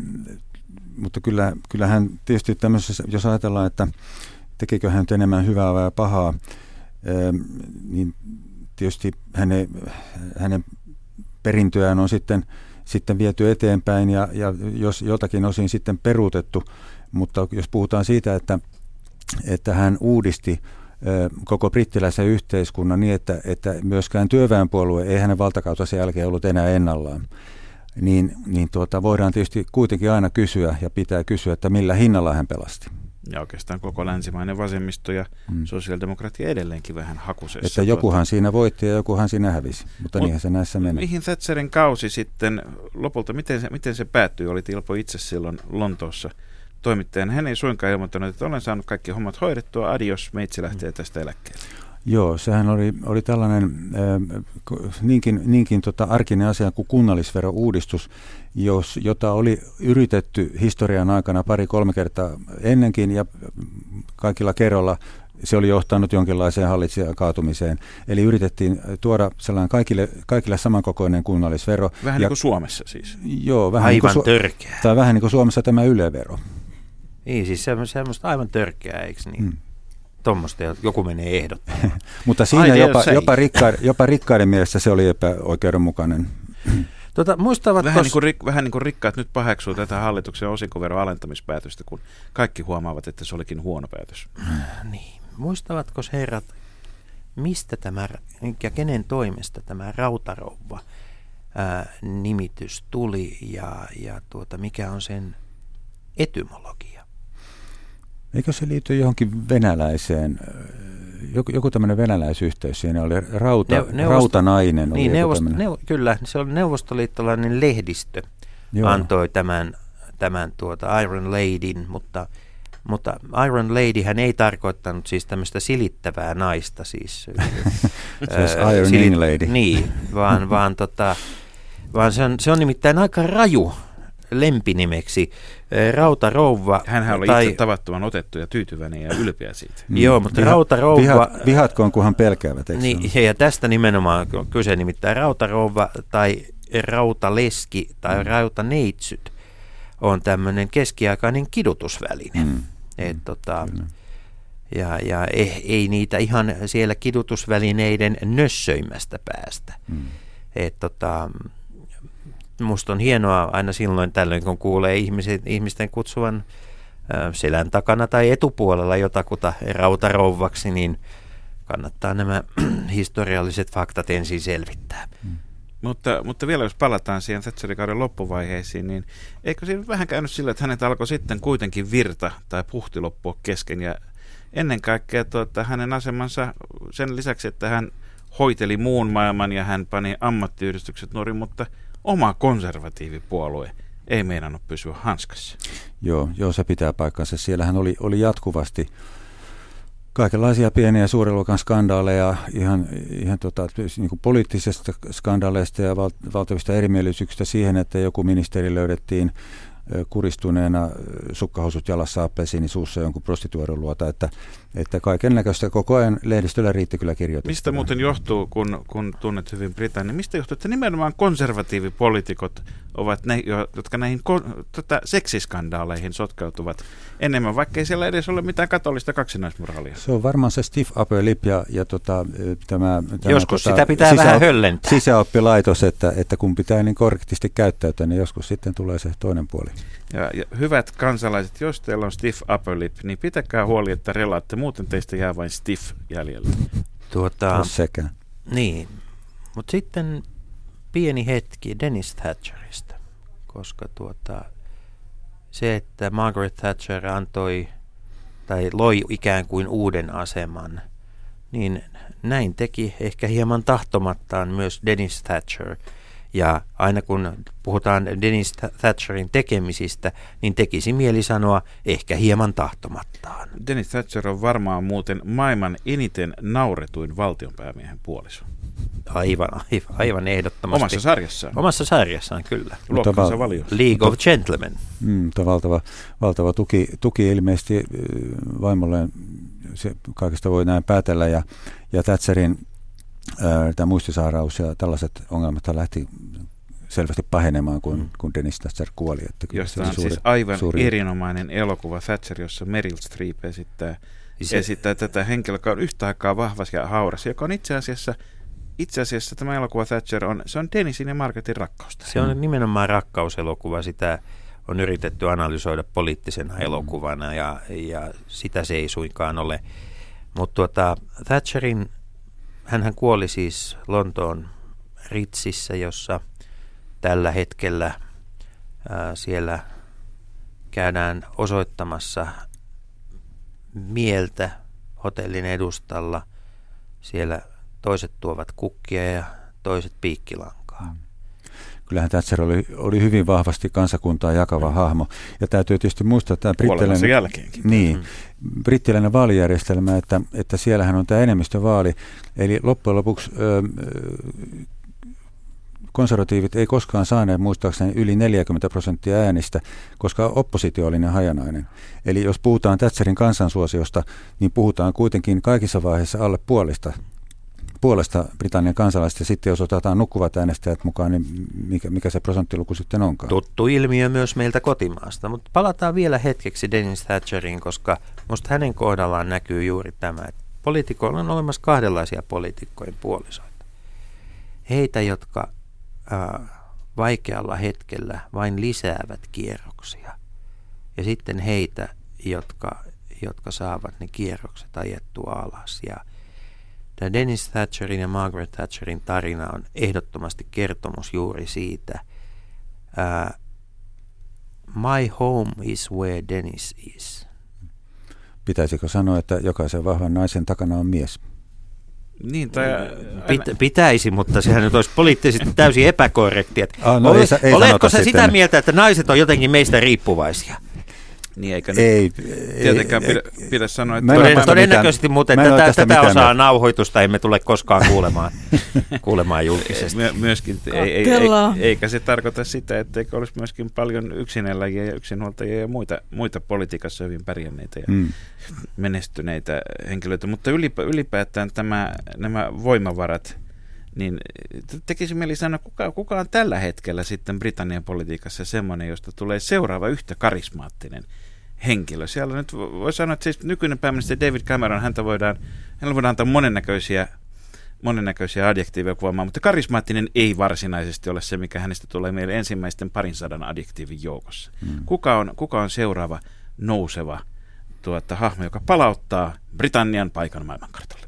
mutta kyllä, kyllä hän tietysti tämmöisessä, jos ajatellaan, että tekikö hän enemmän hyvää vai pahaa, ö, niin tietysti hänen, hänen perintöään on sitten, sitten viety eteenpäin ja, ja jos jotakin osin sitten peruutettu, mutta jos puhutaan siitä, että, että hän uudisti ö, koko brittiläisen yhteiskunnan niin, että, että myöskään työväenpuolue ei hänen valtakautensa jälkeen ollut enää ennallaan, niin, niin tuota, voidaan tietysti kuitenkin aina kysyä ja pitää kysyä, että millä hinnalla hän pelasti. Ja oikeastaan koko länsimainen vasemmisto ja hmm. sosiaalidemokratia edelleenkin vähän hakusessa. Että jokuhan tuota... siinä voitti ja jokuhan siinä hävisi, mutta Mut, niinhän se näissä menee. Mihin Thatcherin kausi sitten lopulta, miten se, miten se päättyi? Olit Ilpo itse silloin Lontoossa toimittajana. Hän ei suinkaan ilmoittanut, että olen saanut kaikki hommat hoidettua, adios, meitsi lähtee tästä eläkkeelle. Joo, sehän oli, oli tällainen äh, niinkin, niinkin tota arkinen asia kuin kunnallisverouudistus, jos, jota oli yritetty historian aikana pari-kolme kertaa ennenkin ja kaikilla kerralla se oli johtanut jonkinlaiseen hallitsijan kaatumiseen. Eli yritettiin tuoda sellainen kaikille, kaikille samankokoinen kunnallisvero. Vähän ja, niin kuin Suomessa siis. Joo, vähän aivan niin kuin, törkeää. Tai vähän niin kuin Suomessa tämä Yle-vero. Niin, siis semmoista aivan törkeää, eikö niin? Hmm. Tuommoista joku menee ehdottamaan. Mutta siinä jopa, jopa, rikkaiden, jopa rikkaiden mielessä se oli epäoikeudenmukainen. Tota, vähän, niin kuin, vähän niin kuin rikkaat nyt paheksuu tätä hallituksen osinkoveron alentamispäätöstä, kun kaikki huomaavat, että se olikin huono päätös. Niin. Muistavatko herrat, mistä tämä ja kenen toimesta tämä rautarouva ää, nimitys tuli ja, ja tuota, mikä on sen etymologia? Eikö se liity johonkin venäläiseen, joku, joku tämmöinen venäläisyhteys siinä oli, rauta, ne, neuvosto, rautanainen. Niin, neuvosto, neuv, kyllä, se oli neuvostoliittolainen lehdistö, Joo. antoi tämän, tämän tuota Iron Ladyn, mutta, mutta Iron Ladyhän ei tarkoittanut siis tämmöistä silittävää naista, siis ää, Ironing Lady. Niin, vaan, vaan, tota, vaan se, on, se on nimittäin aika raju lempinimeksi Rautarouva. Hänhän oli tai... itse tavattoman otettu ja tyytyväinen ja ylpeä siitä. Mm. Joo, mutta Viha, Rautarouva... Vihat, vihatkoon, kunhan pelkäävät, eikö niin, ja tästä nimenomaan kyse, nimittäin Rautarouva tai Rautaleski tai mm. Rautaneitsyt on tämmöinen keskiaikainen kidutusväline. Mm. Et, tota, ja ja ei, ei niitä ihan siellä kidutusvälineiden nössöimästä päästä. Mm. Et, tota, musta on hienoa aina silloin tällöin, kun kuulee ihmiset, ihmisten kutsuvan ä, selän takana tai etupuolella jotakuta rautarouvaksi, niin kannattaa nämä historialliset faktat ensin selvittää. Mm. Mutta, mutta vielä jos palataan siihen Thatcherin kauden loppuvaiheisiin, niin eikö siinä vähän käynyt sillä, että hänet alkoi sitten kuitenkin virta tai puhti loppua kesken ja ennen kaikkea tuota, hänen asemansa sen lisäksi, että hän hoiteli muun maailman ja hän pani ammattiyhdistykset nurin, mutta oma konservatiivipuolue ei meinannut pysyä hanskassa. Joo, joo, se pitää paikkansa. Siellähän oli, oli jatkuvasti kaikenlaisia pieniä ja suuren luokan skandaaleja, ihan, ihan tota, niin kuin poliittisista skandaaleista ja val, valtavista erimielisyyksistä siihen, että joku ministeri löydettiin kuristuneena sukkahousut jalassa appelsiini suussa jonkun prostituoidun luota, että, että kaiken näköistä koko ajan lehdistöllä riitti kyllä kirjoittaa. Mistä muuten johtuu, kun, kun tunnet hyvin Britannian, mistä johtuu, että nimenomaan konservatiivipoliitikot ovat ne, jotka näihin tota, seksiskandaaleihin sotkeutuvat enemmän, vaikkei siellä edes ole mitään katolista kaksinaismoraalia? Se on varmaan se stiff upper lip ja, ja tota, tämä, tämä joskus tota, sitä pitää sisä, vähän höllentää. Sisäoppilaitos, että, että kun pitää niin korrektisti käyttäytyä, niin joskus sitten tulee se toinen puoli. Ja, ja hyvät kansalaiset, jos teillä on stiff upper lip, niin pitäkää huoli, että relaatte, muuten teistä jää vain stiff jäljellä. Tuota, sekä. Niin, mutta sitten pieni hetki Dennis Thatcherista, koska tuota, se, että Margaret Thatcher antoi tai loi ikään kuin uuden aseman, niin näin teki ehkä hieman tahtomattaan myös Dennis Thatcher. Ja aina kun puhutaan Dennis Thatcherin tekemisistä, niin tekisi mieli sanoa ehkä hieman tahtomattaan. Dennis Thatcher on varmaan muuten maailman eniten nauretuin valtionpäämiehen puoliso. Aivan, aivan, aivan ehdottomasti. Omassa sarjassaan. Omassa sarjassaan, kyllä. Luokkansa valiossa. League of Gentlemen. Mm, valtava, valtava tuki, tuki ilmeisesti vaimolleen, se kaikesta voi näin päätellä, ja, ja Thatcherin tämä muistisairaus ja tällaiset ongelmat lähti selvästi pahenemaan, kun, mm. kun Dennis Thatcher kuoli. Että josta on suuri, siis aivan suuri... erinomainen elokuva Thatcher, jossa Meryl Streep esittää, se... esittää tätä henkilöä, joka on yhtä aikaa vahvas ja hauras, joka on itse asiassa, itse asiassa tämä elokuva Thatcher on, se on Dennisin ja Margaretin rakkausta. Se on nimenomaan rakkauselokuva, sitä on yritetty analysoida poliittisena elokuvana ja, ja sitä se ei suinkaan ole. Mutta tuota, Thatcherin hänhän kuoli siis Lontoon Ritsissä, jossa tällä hetkellä ää, siellä käydään osoittamassa mieltä hotellin edustalla. Siellä toiset tuovat kukkia ja toiset piikkilankaa. Kyllähän Thatcher oli, oli hyvin vahvasti kansakuntaa jakava mm. hahmo. Ja täytyy tietysti muistaa, että tämä brittiläinen, jälkeenkin. Niin, mm. brittiläinen vaalijärjestelmä, että, että siellähän on tämä enemmistövaali. Eli loppujen lopuksi ö, konservatiivit ei koskaan saaneet muistaakseni yli neljäkymmentä prosenttia äänistä, koska oppositio oli niin hajanainen. Eli jos puhutaan Thatcherin kansansuosiosta, niin puhutaan kuitenkin kaikissa vaiheissa alle puolesta. puolesta Britannian kansalaisista, ja sitten jos otetaan nukkuvat äänestäjät mukaan, niin mikä, mikä se prosenttiluku sitten onkaan? Tuttu ilmiö myös meiltä kotimaasta, mutta palataan vielä hetkeksi Dennis Thatcheriin, koska musta hänen kohdallaan näkyy juuri tämä, että poliitikoilla on olemassa kahdenlaisia poliitikkojen puolisoita. Heitä, jotka ää, vaikealla hetkellä vain lisäävät kierroksia, ja sitten heitä, jotka, jotka saavat ne kierrokset ajettua alas, ja tämä Dennis Thatcherin ja Margaret Thatcherin tarina on ehdottomasti kertomus juuri siitä. Uh, My home is where Dennis is. Pitäisikö sanoa, että jokaisen vahvan naisen takana on mies? Niin, tai... Pit, pitäisi, mutta sehän nyt olisi poliittisesti täysin epäkorrekti. Ah, no Olet, ei, ei oletko sä sitten. sitä mieltä, että naiset on jotenkin meistä riippuvaisia? Niin eikä ei, nyt tietenkään ei, pidä, pidä sanoa, että... Toden, todennäköisesti, mutta tätä, tätä osaa me... nauhoitusta emme tule koskaan kuulemaan, kuulemaan julkisesti. My, myöskin, ei, ei, ei, eikä se tarkoita sitä, etteikö olisi myöskin paljon yksineläjiä ja yksinhuoltajia ja muita, muita politiikassa hyvin pärjänneitä ja mm. menestyneitä henkilöitä. Mutta ylipä, ylipäätään tämä, nämä voimavarat, niin tekisi mieli sanoa, kuka, kuka on tällä hetkellä sitten Britannian politiikassa semmoinen, josta tulee seuraava yhtä karismaattinen henkilö. Siellä nyt voi sanoa, että siis nykyinen pääministeri David Cameron, häntä voidaan, hänellä voidaan antaa monennäköisiä, monennäköisiä adjektiiveja kuvaamaan, mutta karismaattinen ei varsinaisesti ole se, mikä hänestä tulee meille ensimmäisten parin sadan adjektiivin joukossa. Hmm. Kuka on, kuka on seuraava nouseva tuota, hahmo, joka palauttaa Britannian paikan maailmankartalle?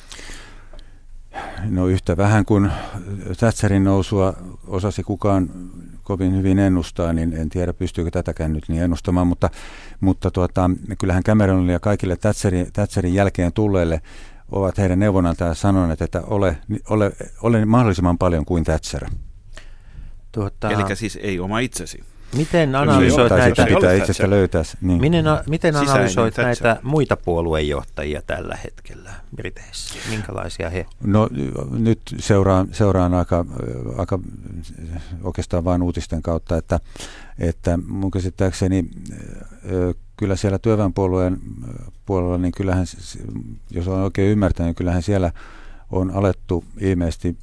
No yhtä vähän kuin Thatcherin nousua osasi kukaan kovin hyvin ennustaa, niin en tiedä pystyykö tätäkään nyt niin ennustamaan, mutta, mutta tuota, kyllähän Cameronille ja kaikille Thatcherin, Thatcherin jälkeen tulleille ovat heidän neuvonantajat sanoneet, että ole, ole, ole mahdollisimman paljon kuin Thatcher. Tuota... Eli siis ei oma itsesi. Miten analysoit näitä, pitää itsestä löytää, niin. miten, miten analysoit näitä muita puoluejohtajia tällä hetkellä Briteissä? Minkälaisia he? No nyt seuraan, seuraan aika, aika oikeastaan vain uutisten kautta, että, että mun käsittääkseni kyllä siellä työväenpuolueen puolella, niin kyllähän, jos olen oikein ymmärtänyt, niin kyllähän siellä on alettu ilmeisesti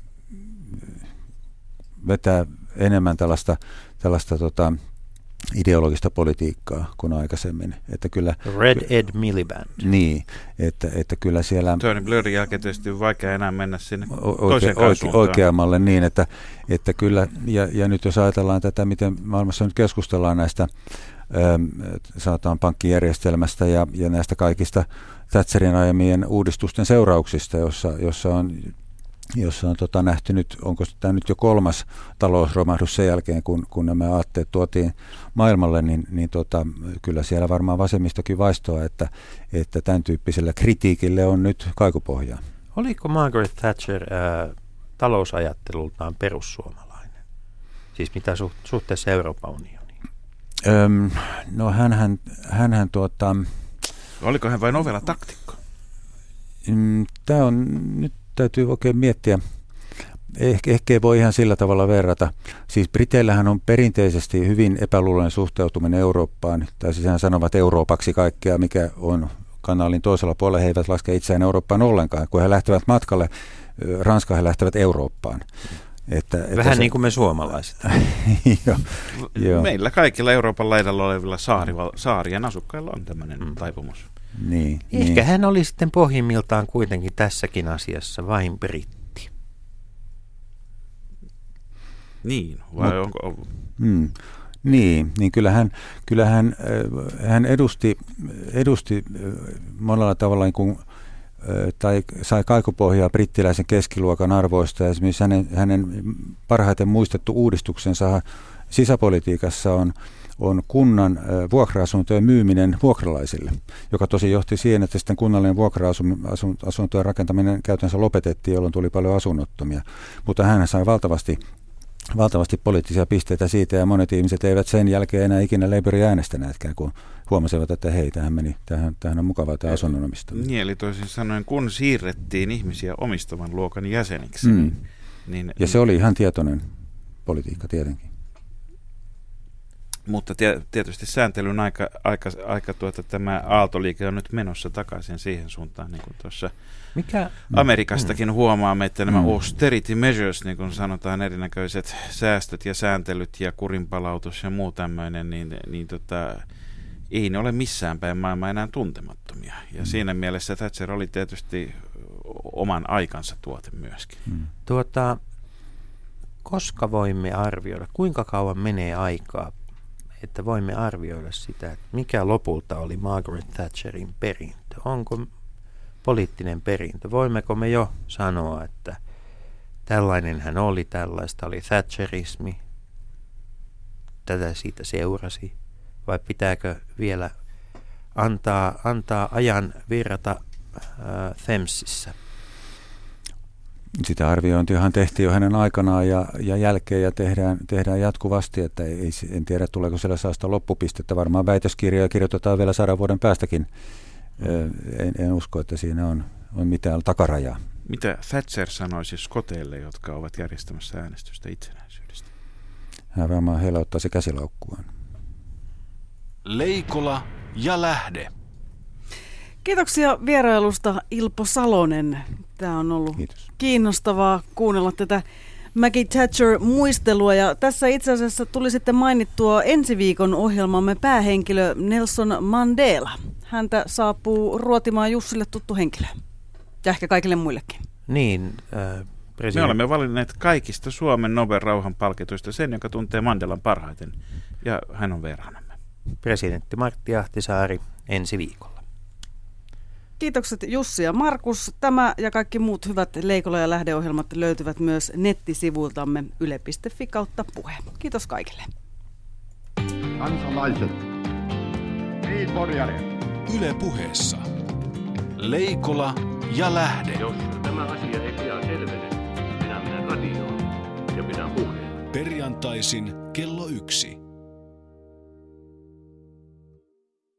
vetää enemmän tällaista tällaista tota, ideologista politiikkaa kuin aikaisemmin. Että kyllä, Red Ed Miliband. Niin, että, että kyllä siellä... Tony Blairin jälkeen tietysti on vaikea enää mennä sinne oike, toiseen oike, oikeammalle niin, että, että kyllä, ja, ja nyt jos ajatellaan tätä, miten maailmassa nyt keskustellaan näistä ähm, sanotaan pankkijärjestelmästä ja, ja näistä kaikista Thatcherin aiemmin uudistusten seurauksista, jossa, jossa on jossa on tota, nähty nyt, onko tämä nyt jo kolmas talousromahdus sen jälkeen, kun, kun nämä aatteet tuotiin maailmalle, niin, niin tota, kyllä siellä varmaan vasemmistokin vaistoa, että, että tämän tyyppisellä kritiikille on nyt kaikupohjaa. Oliko Margaret Thatcher ää, talousajattelultaan perussuomalainen? Siis mitä suht, suhteessa Euroopan unioniin? Öm, no hänhän, hänhän tuota... Oliko hän vain ovela taktikko? Tämä on nyt täytyy oikein miettiä. Eh- ehkä ei voi ihan sillä tavalla verrata. Siis Briteillähän on perinteisesti hyvin epäluuloinen suhteutuminen Eurooppaan, tai siis hän sanovat Euroopaksi kaikkea, mikä on kanaalin toisella puolella. He eivät laske itseään Eurooppaan ollenkaan. Kun he lähtevät matkalle Ranskaan, he lähtevät Eurooppaan. Että, Vähän että se... niin kuin me suomalaiset. jo, jo. Meillä kaikilla Euroopan laidalla olevilla saarival- saarien asukkailla on tämmöinen mm. taipumus. Niin, Ehkä niin. hän oli sitten pohjimmiltaan kuitenkin tässäkin asiassa vain britti. Niin, vai Mut, onko... Mm, niin, niin kyllähän, kyllähän äh, hän edusti, edusti äh, monella tavalla niin kuin, äh, tai sai kaikupohjaa brittiläisen keskiluokan arvoista. Ja esimerkiksi hänen, hänen parhaiten muistettu uudistuksensa sisäpolitiikassa on on kunnan vuokra-asuntojen myyminen vuokralaisille, joka tosi johti siihen, että sitten kunnallinen vuokra-asuntojen rakentaminen käytännössä lopetettiin, jolloin tuli paljon asunnottomia. Mutta hän sai valtavasti, valtavasti poliittisia pisteitä siitä, ja monet ihmiset eivät sen jälkeen enää ikinä Labouria äänestäneetkään, kun huomasivat, että hei, tähän, meni, tähän, tähän on mukavaa tämä asunnon omistaminen. Niin, eli toisin sanoen, kun siirrettiin ihmisiä omistavan luokan jäseniksi. Mm. Niin, ja se oli ihan tietoinen politiikka tietenkin. Mutta tietysti sääntelyn aika, aika, aika tuota, tämä aaltoliike on nyt menossa takaisin siihen suuntaan, niin kuin tuossa Mikä? Amerikastakin mm. huomaamme, että nämä mm. austerity measures, niin kuin sanotaan, erinäköiset säästöt ja sääntelyt ja kurinpalautus ja muu tämmöinen, niin, niin tota, ei ne ole missään päin maailmaa enää tuntemattomia. Ja mm. siinä mielessä Thatcher oli tietysti oman aikansa tuote myöskin. Mm. Tuota, koska voimme arvioida, kuinka kauan menee aikaa, että voimme arvioida sitä, että mikä lopulta oli Margaret Thatcherin perintö. Onko poliittinen perintö? Voimmeko me jo sanoa, että tällainen hän oli, tällaista oli Thatcherismi, tätä siitä seurasi, vai pitääkö vielä antaa, antaa ajan virrata äh, Thamesissa? sitä arviointiahan tehtiin jo hänen aikanaan ja, ja jälkeen ja tehdään, tehdään jatkuvasti, että ei, en tiedä tuleeko siellä sellaista loppupistettä. Varmaan väitöskirjoja kirjoitetaan vielä sadan vuoden päästäkin. En, en usko, että siinä on, on mitään takarajaa. Mitä Thatcher sanoisi Skoteille, jotka ovat järjestämässä äänestystä itsenäisyydestä? Hän varmaan heillä ottaisi käsilaukkuaan. Leikola ja Lähde. Kiitoksia vierailusta, Ilpo Salonen. Tämä on ollut Kiitos. Kiinnostavaa kuunnella tätä Maggie Thatcher-muistelua. Ja tässä itse asiassa tuli sitten mainittua ensi viikon ohjelmamme päähenkilö Nelson Mandela. Häntä saapuu ruotimaan Jussille tuttu henkilö. Ja ehkä kaikille muillekin. Niin, äh, president... Me olemme valinneet kaikista Suomen Nobel rauhanpalkituista sen, joka tuntee Mandelan parhaiten. Ja hän on vieraanamme. Presidentti Martti Ahtisaari ensi viikolla. Kiitokset Jussi ja Markus. Tämä ja kaikki muut hyvät Leikola ja Lähde-ohjelmat löytyvät myös nettisivuiltamme yle piste fi kautta puhe. Kiitos kaikille. Kansalaiset. Niin, Yle Puheessa. Leikola ja Lähde. Jos tämä asia ei pian selvene, minä menen radioon ja pidän puheen. Perjantaisin kello yksi.